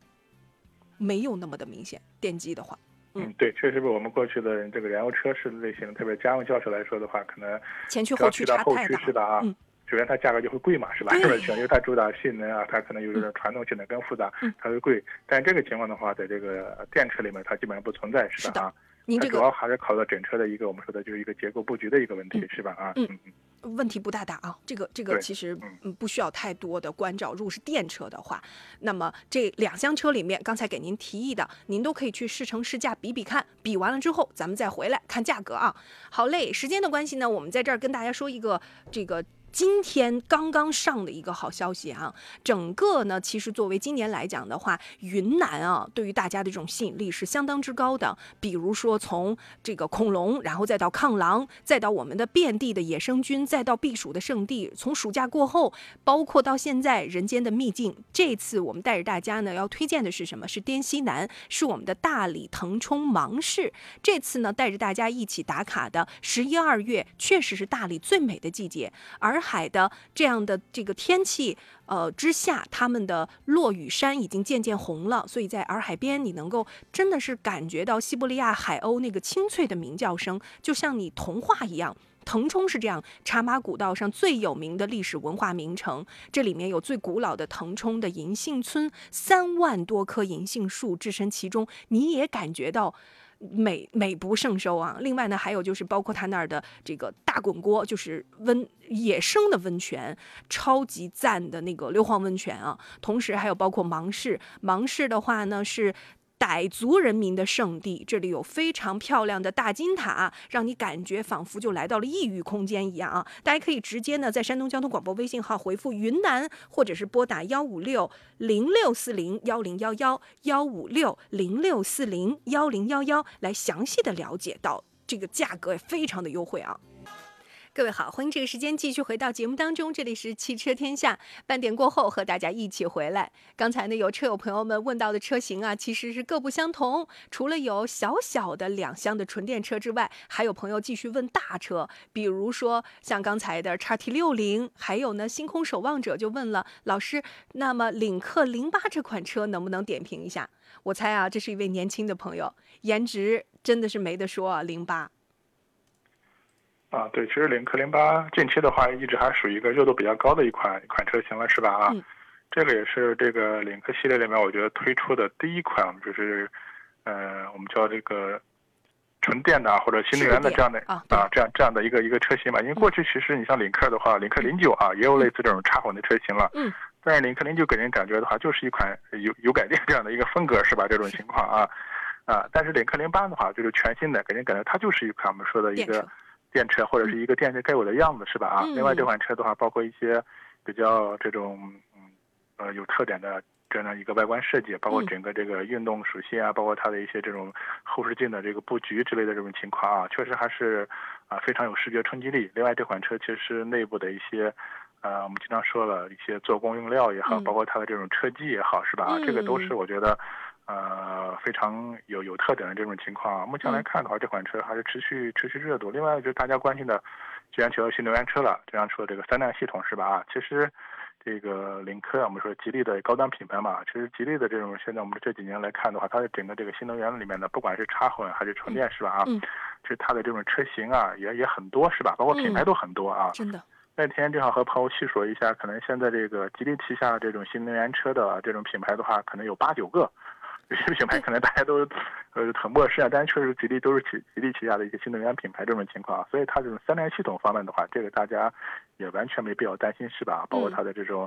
电机的话对，确实我们过去的这个燃油车式的类型，特别家用轿车来说的话，可能前驱后驱差太大是吧首先它价格就会贵嘛，是吧？因为它主打性能它可能有这种传动性能更复杂，它会贵。但这个情况的话，在这个电池里面它基本上不存在，是吧？ 您这个主要还是考虑到整车的一个我们说的就是一个结构布局的一个问题，是吧？ 问题不大这个其实不需要太多的关照。如果是电车的话，那么这2厢车里面，刚才给您提议的，您都可以去试乘试驾比看，比完了之后咱们再回来看价格好嘞，时间的关系呢，我们在这儿跟大家说一个这个今天刚刚上的一个好消息整个呢，其实作为今年来讲的话，云南对于大家的这种吸引力是相当之高的。比如说从这个恐龙，然后再到抗狼，再到我们的遍地的野生菌，再到避暑的圣地，从暑假过后，包括到现在人间的秘境。这次我们带着大家呢要推荐的是什么？是滇西南，是我们的大理、腾冲、芒市。这次呢带着大家一起打卡的11、12月，确实是大理最美的季节。洱海的这样的这个天气之下，他们的落羽山已经渐渐红了，所以在洱海边你能够真的是感觉到西伯利亚海鸥那个清脆的鸣叫声，就像你童话一样。腾冲是这样，茶马古道上最有名的历史文化名城，这里面有最古老的腾冲的银杏村，3万多棵银杏树置身其中，你也感觉到美不胜收另外呢，还有就是包括他那儿的这个大滚锅，就是野生的温泉，超级赞的那个硫磺温泉同时还有包括芒市的话呢，是傣族人民的圣地，这里有非常漂亮的大金塔，让你感觉仿佛就来到了异域空间一样啊！大家可以直接呢在山东交通广播微信号回复云南，或者是拨打156-0640-1011，156-0640-1011来详细的了解到这个价格也非常的优惠啊！各位好，欢迎这个时间继续回到节目当中，这里是汽车天下，半点过后和大家一起回来。刚才呢有车友朋友们问到的车型啊，其实是各不相同，除了有小小的2厢的纯电车之外，还有朋友继续问大车，比如说像刚才的 XT60， 还有呢星空守望者就问了老师，那么领克08这款车能不能点评一下？我猜啊，这是一位年轻的朋友，颜值真的是没得说啊，08。 对，其实领克08近期的话，一直还属于一个热度比较高的一款车型了，是吧？啊，这个也是这个领克系列里面，我觉得推出的第一款，就是我们叫这个纯电的或者新能源的这样的这样的一个车型嘛。因为过去其实你像领克的话，领克09啊，也有类似这种插混的车型了。但是领克09给人感觉的话，就是一款油改电这样的一个风格，是吧？这种情况啊，但是领克08的话，就是全新的，给人感觉它就是一款我们说的一个电车或者是一个电车该有的样子，是吧？啊，另外这款车的话，包括一些比较这种有特点的这样一个外观设计，包括整个这个运动属性啊，包括它的一些这种后视镜的这个布局之类的这种情况啊，确实还是非常有视觉冲击力。另外这款车其实内部的一些我们经常说了一些做工用料也好，包括它的这种车机也好，是吧？这个都是我觉得非常有特点的这种情况。目前来看的话，这款车还是持续热度。另外就是大家关心的，既然提到新能源车了，这样说这个3电系统，是吧？啊，其实这个领克我们说吉利的高端品牌嘛，其实吉利的这种现在我们这几年来看的话，它的整个这个新能源里面的，不管是插混还是纯电，是吧？啊，其实它的这种车型啊也很多，是吧？包括品牌都很多啊。 真的。 那天正好和朋友细说一下，可能现在这个吉利旗下的这种新能源车的这种品牌的话，可能有8、9个。有些品牌可能大家都很陌生啊，但是确实吉利都是吉利旗下的一些新能源品牌这种情况，所以它这种3电系统方面的话，这个大家也完全没必要担心，是吧？包括它的这种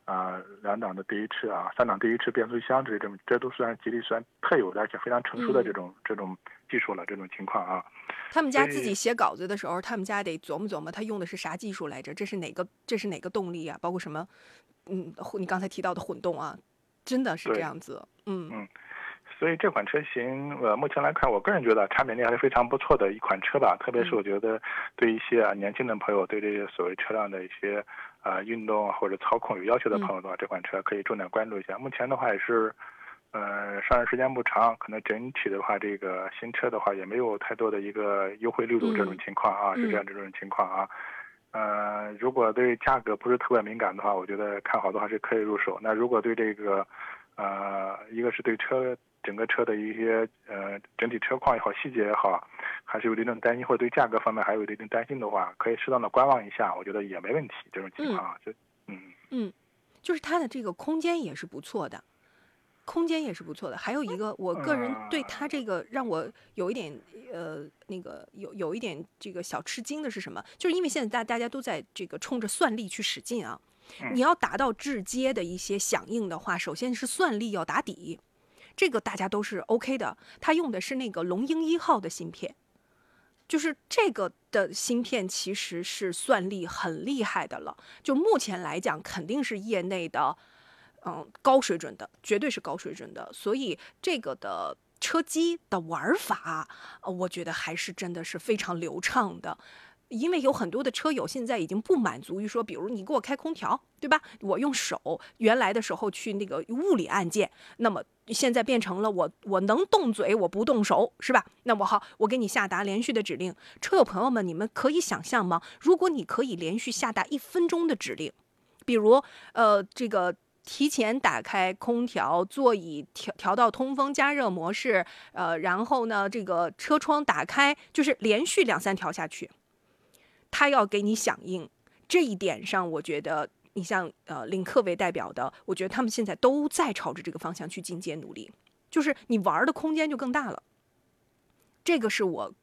2档的DH啊、3档DH变速箱这种，这都算吉利算特有的而且非常成熟的这种技术了，这种情况啊。 他们家自己写稿子的时候，他们家得琢磨琢磨，他用的是啥技术来着？这是哪个动力啊？包括什么？你刚才提到的混动啊，真的是这样子。 所以这款车型，目前来看，我个人觉得产品力还是非常不错的一款车吧。特别是我觉得对一些年轻的朋友，对这些所谓车辆的一些运动或者操控有要求的朋友的话，这款车可以重点关注一下。目前的话也是，上市时间不长，可能整体的话，这个新车的话也没有太多的一个优惠力度这种情况啊，是这样这种情况啊。如果对价格不是特别敏感的话，我觉得看好的话是可以入手。那如果对这个一个是对整个车的一些整体车况也好，细节也好，还是有一定担心，或者对价格方面还有一定担心的话，可以适当的观望一下，我觉得也没问题。这种情况就是它的这个空间也是不错的，还有一个，我个人对它这个让我有一点有一点这个小吃惊的是什么？就是因为现在大家都在这个冲着算力去使劲啊。你要达到质阶的一些响应的话，首先是算力要打底，这个大家都是 OK 的。它用的是那个龙鹰1号的芯片，就是这个的芯片其实是算力很厉害的了。就目前来讲，肯定是业内的高水准的，绝对是高水准的。所以这个的车机的玩法，我觉得还是真的是非常流畅的。因为有很多的车友现在已经不满足于说，比如你给我开空调，对吧？我用手，原来的时候去那个物理按键，那么现在变成了我能动嘴，我不动手，是吧？那我给你下达连续的指令。车友朋友们，你们可以想象吗？如果你可以连续下达1分钟的指令，比如这个提前打开空调，座椅调到通风加热模式，然后呢，这个车窗打开，就是连续2、3条下去。他要给你响应，这一点上，我觉得你像领克为代表的，我觉得他们现在都在朝着这个方向去进阶努力，就是你玩的空间就更大了。这个是我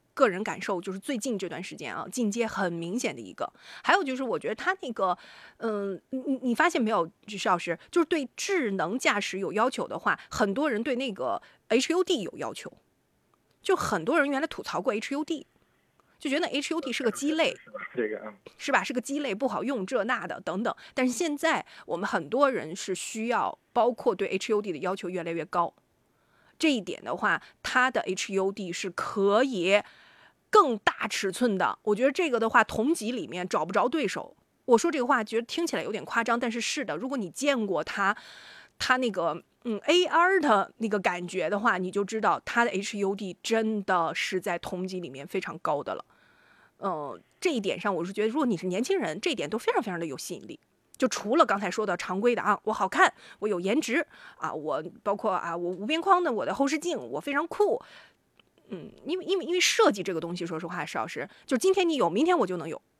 个人感受就是最近这段时间啊，进阶很明显的一个。还有就是我觉得它那个，你发现没有，徐老师，就是对智能驾驶有要求的话，很多人对那个 HUD 有要求，就很多人原来吐槽过 HUD。就觉得 HUD 是个鸡肋， 这个是吧？是个鸡肋，不好用，这那的等等。但是现在我们很多人是需要，包括对 HUD 的要求越来越高。这一点的话，它的 HUD 是可以更大尺寸的。我觉得这个的话，同级里面找不着对手。我说这个话，觉得听起来有点夸张，但是是的。如果你见过它那个AR 的那个感觉的话，你就知道它的 HUD 真的是在同级里面非常高的了。这一点上我是觉得，如果你是年轻人，这一点都非常非常的有吸引力。就除了刚才说的常规的啊，我好看，我有颜值啊，我包括啊，我无边框的我的后视镜，我非常酷。因为设计这个东西，说实话，石老师，就今天你有，明天我就能有。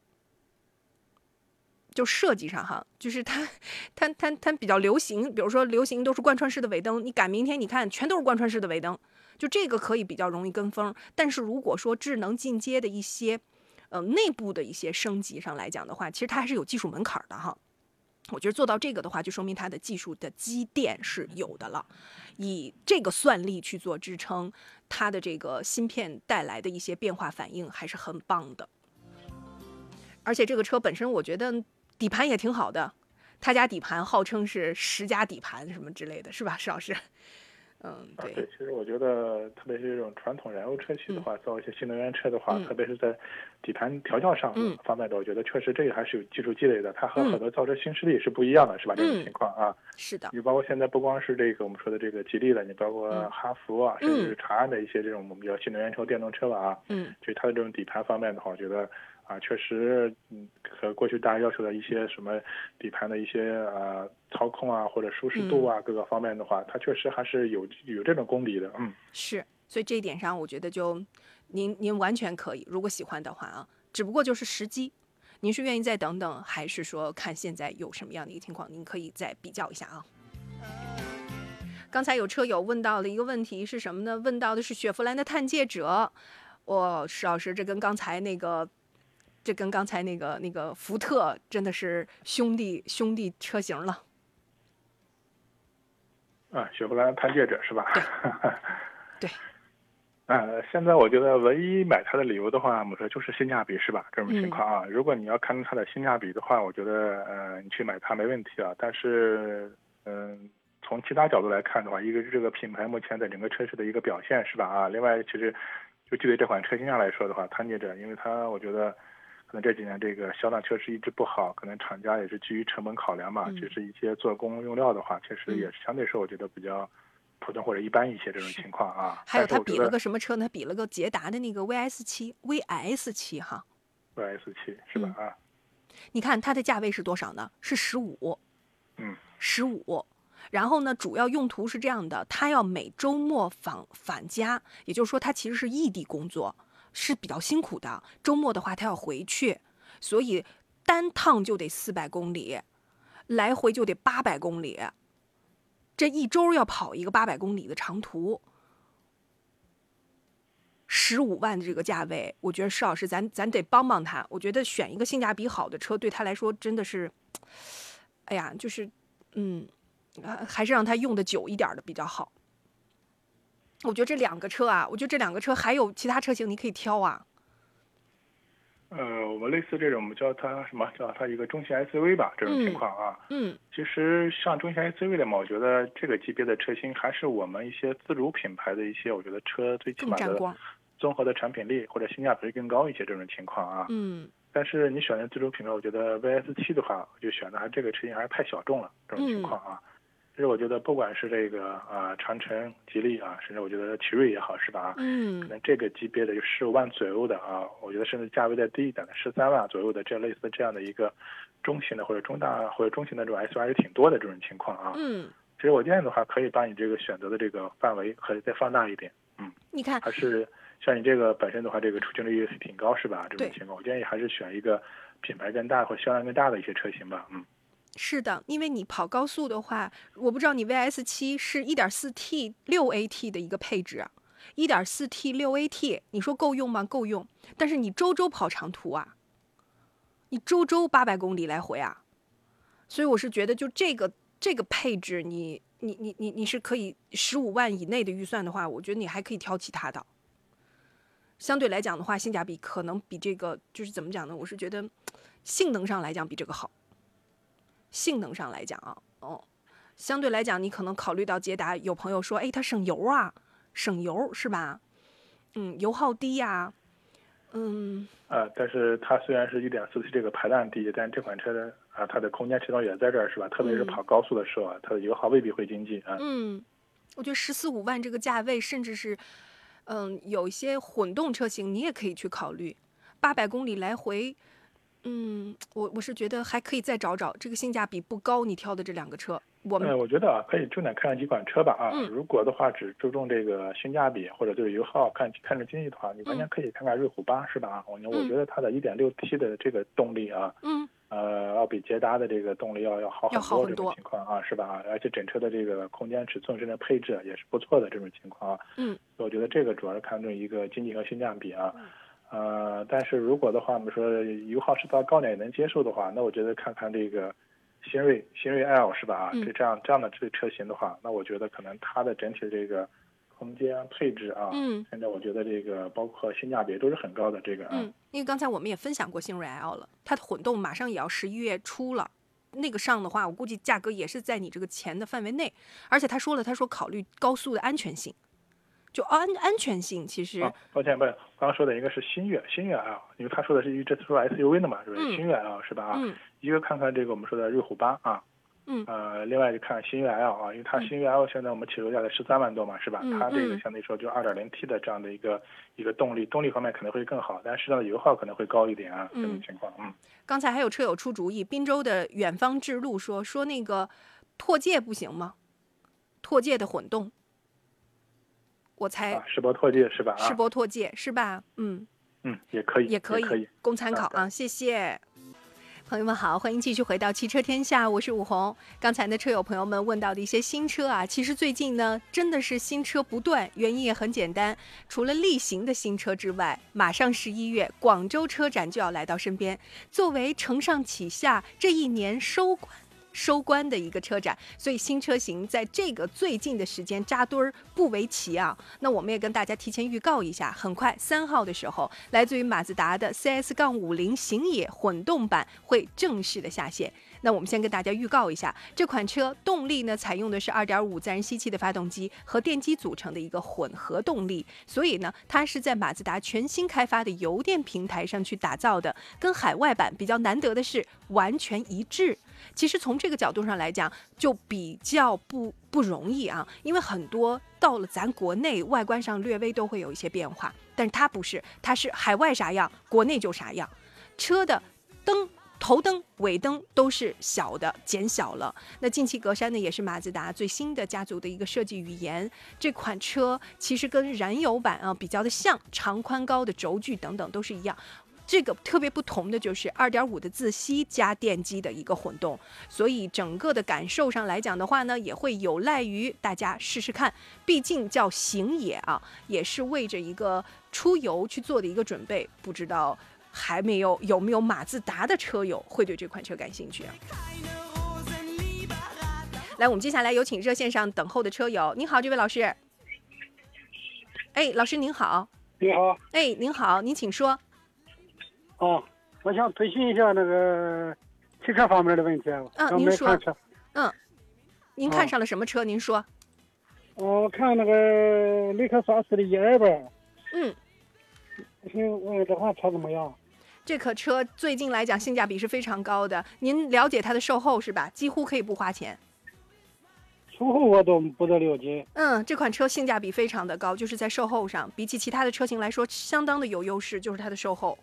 就设计上哈，就是它比较流行，比如说流行都是贯穿式的尾灯，你赶明天你看全都是贯穿式的尾灯，就这个可以比较容易跟风。但是如果说智能进阶的一些内部的一些升级上来讲的话，其实它还是有技术门槛的哈。我觉得做到这个的话，就说明它的技术的积淀是有的了，以这个算力去做支撑，它的这个芯片带来的一些变化反应还是很棒的。而且这个车本身，我觉得底盘也挺好的，他家底盘号称是10佳底盘什么之类的，是吧，石老师？对。 对，其实我觉得，特别是这种传统燃油车系的话，造一些新能源车的话，特别是在底盘调教上方面的，我觉得确实这个还是有技术积累的。它和很多造车新势力是不一样的，是吧？这种情况啊， 是的。 你包括现在不光是这个我们说的这个吉利了，你包括哈弗啊，甚至是长安的一些这种我们叫新能源车、电动车了啊，就它的这种底盘方面的话，我觉得。确实，和过去大家要求的一些什么底盘的一些操控啊，或者舒适度啊，各个方面的话，它确实还是有这种功底的。 是，所以这一点上，我觉得就您完全可以，如果喜欢的话啊，只不过就是时机，您是愿意再等等，还是说看现在有什么样的一个情况，您可以再比较一下啊。刚才有车友问到了一个问题是什么呢？问到的是雪佛兰的探界者。石老师，这跟刚才那个福特真的是兄弟车型了。 雪佛兰探界者是吧？ 对。 现在我觉得唯一买它的理由的话，我们说就是性价比，是吧？这种情况啊，如果你要看它的性价比的话，我觉得你去买它没问题啊。但是从其他角度来看的话，一个是这个品牌目前在整个车市的一个表现，是吧？另外其实就对这款车型上来说的话，探界者，因为它我觉得。可能这几年这个销量确实一直不好，可能厂家也是基于成本考量嘛，就是一些做工用料的话，确实也是相对说我觉得比较普通或者一般一些这种情况啊。 还有他比了个什么车呢？他比了个捷达的那个 VS7哈。 VS7是吧？ 你看它的价位是多少呢？是15。15。然后呢，主要用途是这样的，他要每周末返家，也就是说他其实是异地工作。是比较辛苦的，周末的话他要回去，所以单趟就得400公里，来回就得800公里，这一周要跑一个800公里的长途。15万的这个价位，我觉得石老师咱得帮帮他，我觉得选一个性价比好的车对他来说真的是，哎呀，就是还是让他用的久一点的比较好。我觉得这两个车还有其他车型你可以挑啊。 我们类似这种，我们叫它什么？叫它一个中型 SUV 吧，这种情况啊。其实像中型 SUV 的嘛，我觉得这个级别的车型还是我们一些自主品牌的一些，我觉得车最起码的综合的产品力或者性价比更高一些这种情况啊。但是你选的自主品牌，我觉得 VS7 的话，我就选的这个车型还是太小众了，这种情况啊。其实我觉得不管是这个长城、吉利啊，甚至我觉得奇瑞也好，是吧？可能这个级别的就15万左右的啊，我觉得甚至价位再低一点的13万左右的，这类似这样的一个中型的或者中大或者中型的这种 SUV 也挺多的这种情况啊。其实我建议的话，可以把你这个选择的这个范围可以再放大一点。 你看， 还是像你这个本身的话，这个出勤率也挺高，是吧？这种情况，我建议还是选一个品牌更大或销量更大的一些车型吧。 是的，因为你跑高速的话，我不知道你 VS7 是 1.4T 6AT 的一个配置， 1.4T 6AT， 你说够用吗？够用，但是你周跑长途啊，你周800公里来回啊，所以我是觉得就这个配置你是可以15万以内的预算的话，我觉得你还可以挑其他的。相对来讲的话，性价比可能比这个就是怎么讲呢？我是觉得性能上来讲比这个好。性能上来讲啊，相对来讲，你可能考虑到捷达，有朋友说，哎，它省油啊，省油是吧？油耗低呀， 但是它虽然是1.4T 这个排量低，但这款车的它的空间其中也在这儿是吧？特别是跑高速的时候，它的油耗未必会经济啊。 我觉得14、15万这个价位，甚至是有一些混动车型，你也可以去考虑800公里来回。我是觉得还可以再找找，这个性价比不高，你挑的这2个车， 我觉得可以重点看几款车吧啊。如果的话只注重这个性价比或者就是油耗看着经济的话，你完全可以看看瑞虎8是吧？我觉得它的1.6T 的这个动力啊，要比捷达的这个动力要好很多这种情况啊，是吧？而且整车的这个空间尺寸甚至配置也是不错的这种情况啊。我觉得这个主要是看重一个经济和性价比啊。但是如果的话，我们说油耗适当高点也能接受的话，那我觉得看看这个新锐 L 是吧？这样的这个车型的话，那我觉得可能它的整体的这个空间配置啊，现在我觉得这个包括性价比都是很高的这个因为刚才我们也分享过新锐 L 了，它的混动马上也要11月初了。那个上的话，我估计价格也是在你这个钱的范围内，而且他说考虑高速的安全性。就安全性其实抱歉，刚刚说的应该是新锐 L， 因为他说的是这次说 SUV 的嘛，是不是？新锐 L 是吧？一个看看这个我们说的瑞虎8啊，另外就看新锐 L 啊，因为它新锐 L 现在我们起售价在13万多嘛，是吧？它这个相对说就2.0T 的这样的一个动力方面可能会更好，但适当的油耗可能会高一点啊，这种情况。 刚才还有车友出主意，滨州的远方智路说那个拓界不行吗？拓界的混动。我猜世博拓界是吧？ 世博拓界是吧？ 也可以， 供参考啊！谢谢朋友们好，欢迎继续回到汽车天下，我是武红。刚才呢，车友朋友们问到的一些新车啊，其实最近呢真的是新车不断，原因也很简单，除了例行的新车之外，马上11月广州车展就要来到身边，作为承上启下这一年收官的一个车展，所以新车型在这个最近的时间扎堆儿不为奇啊。那我们也跟大家提前预告一下，很快3号的时候，来自于马自达的 CS-50 型野混动版会正式的下线。那我们先跟大家预告一下，这款车动力呢采用的是 2.5 自然吸气的发动机和电机组成的一个混合动力，所以呢它是在马自达全新开发的油电平台上去打造的，跟海外版比较难得的是完全一致。其实从这个角度上来讲，就比较不容易啊，因为很多到了咱国内，外观上略微都会有一些变化，但是它不是，它是海外啥样，国内就啥样。车的头灯、尾灯都是小的，减小了。那进气格栅呢，也是马自达最新的家族的一个设计语言。这款车其实跟燃油版比较的像，长宽高的轴距等等都是一样。这个特别不同的就是 2.5 的自吸加电机的一个混动，所以整个的感受上来讲的话呢，也会有赖于大家试试看。毕竟叫型野啊，也是为着一个出游去做的一个准备。不知道有没有马自达的车友会对这款车感兴趣啊？来，我们接下来有请热线上等候的车友。您好，这位老师。哎，老师您好。 你好。 哎，您好，您请说。 我想咨询一下那个汽车方面的问题。 您说。您看上了什么车？您说。 我看那个雷克萨斯的1.2吧。问这款车怎么样？ 这款车最近来讲性价比是非常高的。您了解它的售后是吧？几乎可以不花钱。 售后我都不太了解。 这款车性价比非常的高，就是在售后上，比起其他的车型来说，相当的有优势，就是它的售后。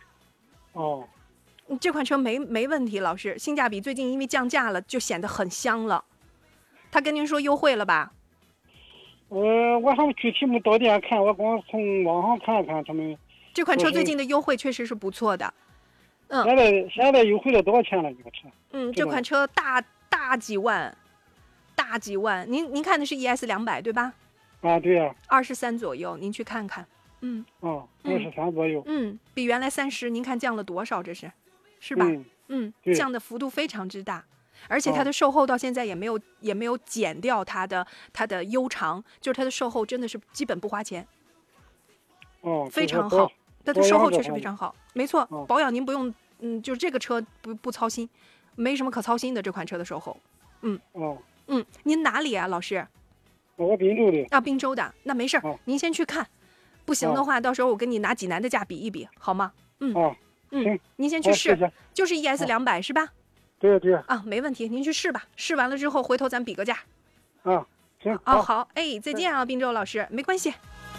这款车没问题，老师，性价比最近因为降价了，就显得很香了。他跟您说优惠了吧？ 我还具体没到店看，我光从网上看看他们。 这款车最近的优惠确实是不错的。 现在优惠了多少钱了？这个车？ 这款车大几万，大几万。您看的是 ES200 对吧？ 啊，对呀。 23左右，您去看看。 哦，23左右。 比原来30，您看降了多少？这是吧？降的幅度非常之大。而且它的售后到现在也没有减掉它的悠长，就是它的售后真的是基本不花钱。非常好，它的售后确实非常好，没错，保养您不用，就是这个车不操心，没什么可操心的这款车的售后。您哪里啊，老师？ 我滨州的。 滨州的，那没事儿，您先去看，不行的话，到时候我跟你拿济南的价比一比，好吗？ 行， 您先去试，就是 ES 200是吧？ 对。 没问题，您去试吧，试完了之后回头咱比个价。 行。 好，再见啊，滨州老师，没关系。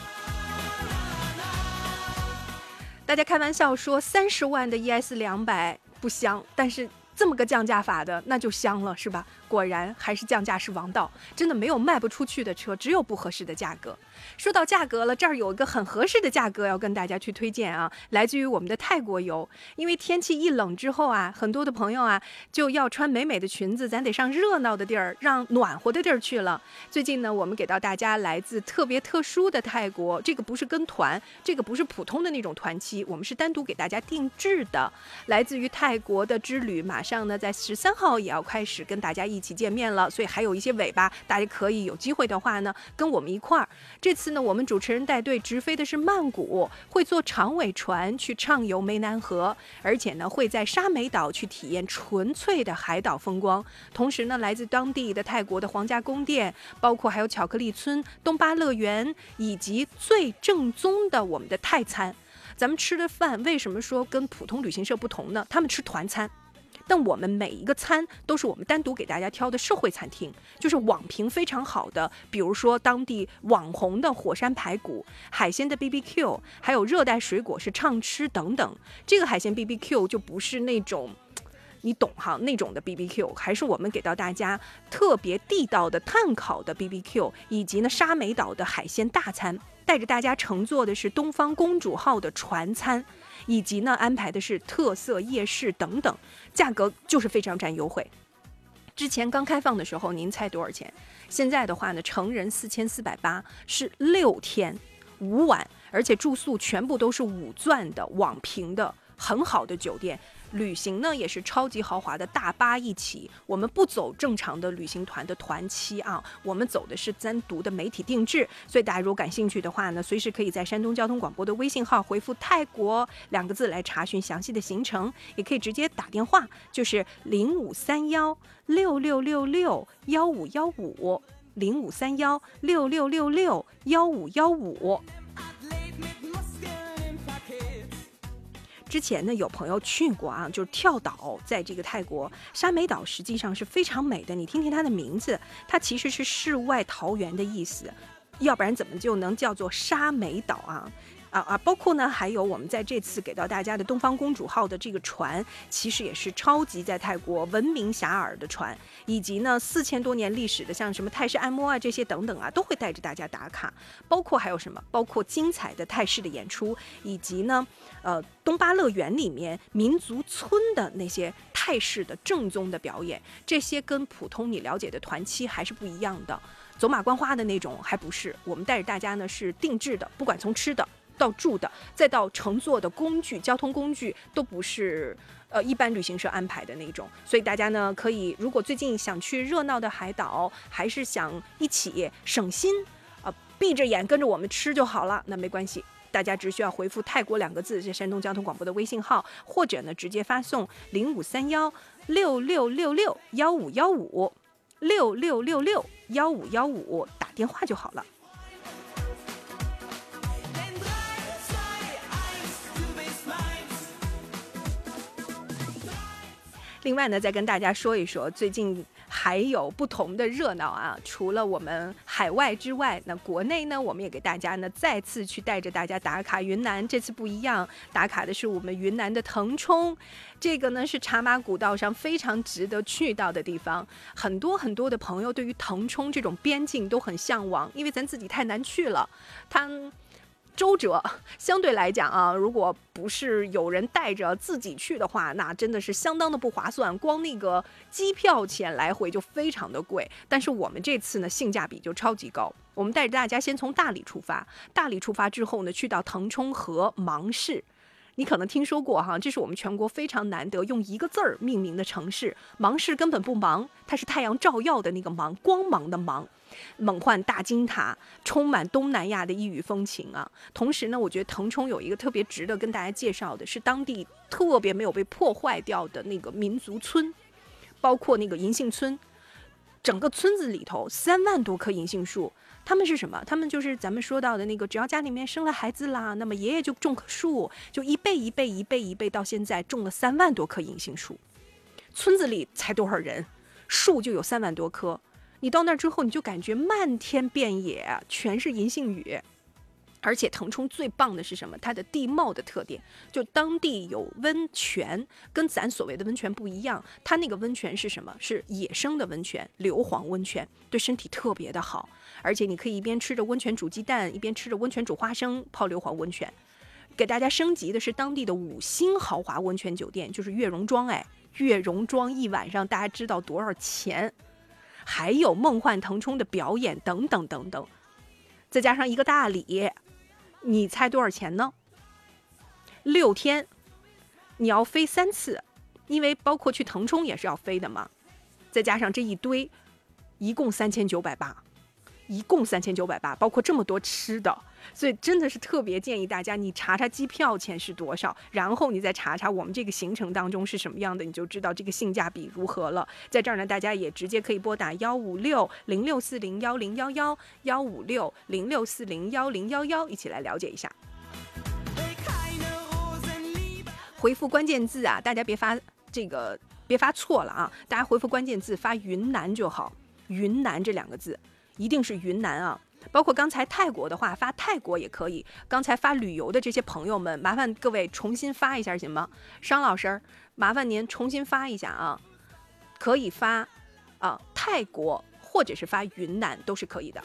大家开玩笑说30万的 ES 200不香，但是这么个降价法的那就香了，是吧？果然还是降价是王道，真的没有卖不出去的车，只有不合适的价格。说到价格了，这儿有一个很合适的价格要跟大家去推荐啊，来自于我们的泰国游。因为天气一冷之后啊，很多的朋友啊就要穿美美的裙子，咱得上热闹的地儿，让暖和的地儿去了。最近呢，我们给到大家来自特别特殊的泰国，这个不是跟团，这个不是普通的那种团期，我们是单独给大家定制的，来自于泰国的之旅，马上呢在13号也要开始跟大家一起见面了，所以还有一些尾巴，大家可以有机会的话呢跟我们一块儿。这次呢，我们主持人带队直飞的是曼谷，会坐长尾船去畅游湄南河，而且呢会在沙美岛去体验纯粹的海岛风光。同时呢，来自当地的泰国的皇家宫殿，包括还有巧克力村、东巴乐园，以及最正宗的我们的泰餐。咱们吃的饭为什么说跟普通旅行社不同呢？他们吃团餐，但我们每一个餐都是我们单独给大家挑的社会餐厅，就是网评非常好的，比如说当地网红的火山排骨、海鲜的 BBQ， 还有热带水果是畅吃等等。这个海鲜 BBQ 就不是那种你懂哈那种的 BBQ， 还是我们给到大家特别地道的炭烤的 BBQ， 以及呢沙美岛的海鲜大餐，带着大家乘坐的是东方公主号的船餐，以及呢安排的是特色夜市等等，价格就是非常占优惠。之前刚开放的时候您猜多少钱？现在的话呢，成人4480，是6天5晚，而且住宿全部都是5钻的网评的很好的酒店。旅行呢也是超级豪华的大巴一起，我们不走正常的旅行团的团期啊，我们走的是单独的媒体定制。所以大家如果感兴趣的话呢，随时可以在山东交通广播的微信号回复泰国2个字来查询详细的行程，也可以直接打电话，就是053166661515 053166661515。之前呢，有朋友去过啊，就是跳岛，在这个泰国沙美岛，实际上是非常美的。你听听它的名字，它其实是世外桃源的意思，要不然怎么就能叫做沙美岛啊？包括呢，还有我们在这次给到大家的东方公主号的这个船，其实也是超级在泰国闻名遐迩的船，以及呢4000多年历史的，像什么泰式按摩啊这些等等啊，都会带着大家打卡。包括还有什么？包括精彩的泰式的演出，以及呢，东巴乐园里面民族村的那些泰式的正宗的表演，这些跟普通你了解的团期还是不一样的。走马观花的那种还不是，我们带着大家呢是定制的，不管从吃的到住的，再到乘坐的工具、交通工具，都不是一般旅行社安排的那种。所以大家呢可以，如果最近想去热闹的海岛，还是想一起省心闭着眼跟着我们吃就好了，那没关系，大家只需要回复泰国2个字，是山东交通广播的微信号，或者呢直接发送053166661515 66661515打电话就好了。另外呢，再跟大家说一说，最近还有不同的热闹啊！除了我们海外之外，那国内呢，我们也给大家呢再次去带着大家打卡云南。这次不一样，打卡的是我们云南的腾冲，这个呢是茶马古道上非常值得去到的地方。很多的朋友对于腾冲这种边境都很向往，因为咱自己太难去了。 周折，相对来讲啊，如果不是有人带着自己去的话，那真的是相当的不划算，光那个机票钱来回就非常的贵。但是我们这次呢，性价比就超级高。我们带着大家先从大理出发，大理出发之后呢，去到腾冲和芒市。你可能听说过哈，这是我们全国非常难得用一个字儿命名的城市。芒市根本不芒，它是太阳照耀的那个芒，光芒的芒。猛犸大金塔，充满东南亚的异域风情啊。同时呢，我觉得腾冲有一个特别值得跟大家介绍的是当地特别没有被破坏掉的那个民族村，包括那个银杏村，整个村子里头3万多棵银杏树。他们是什么？他们就是咱们说到的那个，只要家里面生了孩子啦，那么爷爷就种棵树，就一辈一辈一辈一辈，到现在种了3万多棵银杏树。村子里才多少人，树就有3万多棵。你到那儿之后，你就感觉漫天遍野全是银杏雨。而且腾冲最棒的是什么？它的地貌的特点，就当地有温泉，跟咱所谓的温泉不一样。它那个温泉是什么？是野生的温泉，硫磺温泉，对身体特别的好。而且你可以一边吃着温泉煮鸡蛋，一边吃着温泉煮花生，泡硫磺温泉。给大家升级的是当地的5星豪华温泉酒店，就是悦榕庄。悦榕庄一晚上大家知道多少钱？还有梦幻腾冲的表演等等等等，再加上一个大理，你猜多少钱呢？6天，你要飞3次，因为包括去腾冲也是要飞的嘛。再加上这一堆，一共3980，一共3980，包括这么多吃的。所以真的是特别建议大家，你查查机票钱是多少，然后你再查查我们这个行程当中是什么样的，你就知道这个性价比如何了。在这儿呢，大家也直接可以拨打156-0640-1011 156-0640-1011，一起来了解一下。回复关键字啊，大家别发错了啊，大家回复关键字发云南就好，云南这2个字一定是云南啊。包括刚才泰国的话，发泰国也可以。刚才发旅游的这些朋友们，麻烦各位重新发一下行吗？商老师，麻烦您重新发一下啊，可以发泰国或者是发云南都是可以的。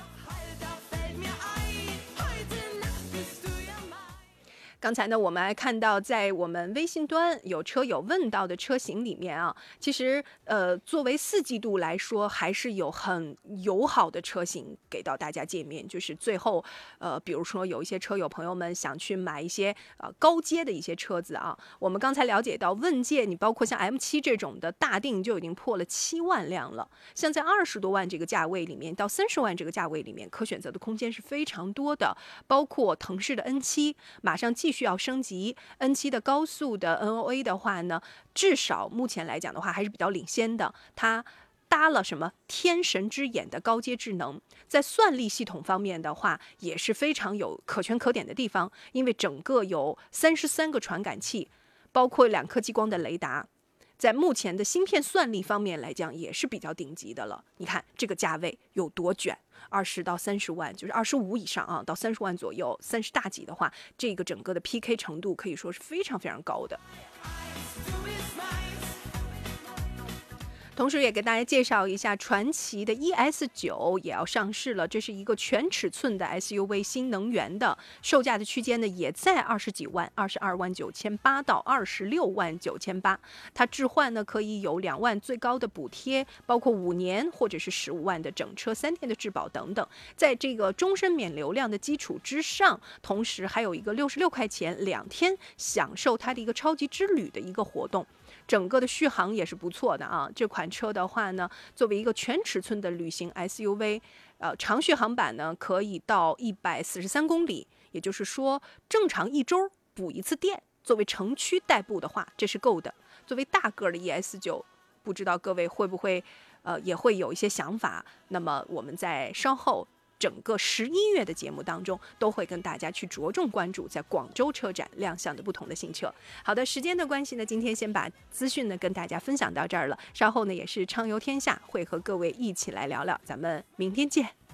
刚才呢，我们还看到在我们微信端有车友问到的车型里面啊，其实作为4季度来说，还是有很友好的车型给到大家界面。就是最后比如说有一些车友朋友们想去买一些高阶的一些车子啊，我们刚才了解到问界，你包括像 M7 这种的大定就已经破了7万辆了。像在20多万这个价位里面到30万这个价位里面，可选择的空间是非常多的。包括腾势的 N7 马上继续要升级 ，N7 的高速的 NOA 的话呢，至少目前来讲的话还是比较领先的。它搭了什么天神之眼的高阶智能，在算力系统方面的话也是非常有可圈可点的地方，因为整个有33个传感器，包括2颗激光的雷达。在目前的芯片算力方面来讲，也是比较顶级的了。你看这个价位有多卷，20到30万，就是25以上啊，到30万左右，30大几的话，这个整个的 PK 程度可以说是非常非常高的。同时也给大家介绍一下，传祺的 ES9 也要上市了，这是一个全尺寸的 SUV 新能源的，售价的区间呢也在20几万，22万9800到26万9800。它置换呢可以有2万最高的补贴，包括5年或者是15万的整车3天的质保等等。在这个终身免流量的基础之上，同时还有一个66块钱2天享受它的一个超级之旅的一个活动。整个的续航也是不错的啊！这款车的话呢，作为一个全尺寸的旅行 SUV，长续航版呢可以到143公里，也就是说正常1周补1次电。作为城区代步的话，这是够的。作为大个的 ES9，不知道各位会不会也会有一些想法？那么我们在稍后整个11月的节目当中，都会跟大家去着重关注在广州车展亮相的不同的新车。好的，时间的关系呢，今天先把资讯呢跟大家分享到这儿了。稍后呢，也是畅游天下会和各位一起来聊聊，咱们明天见。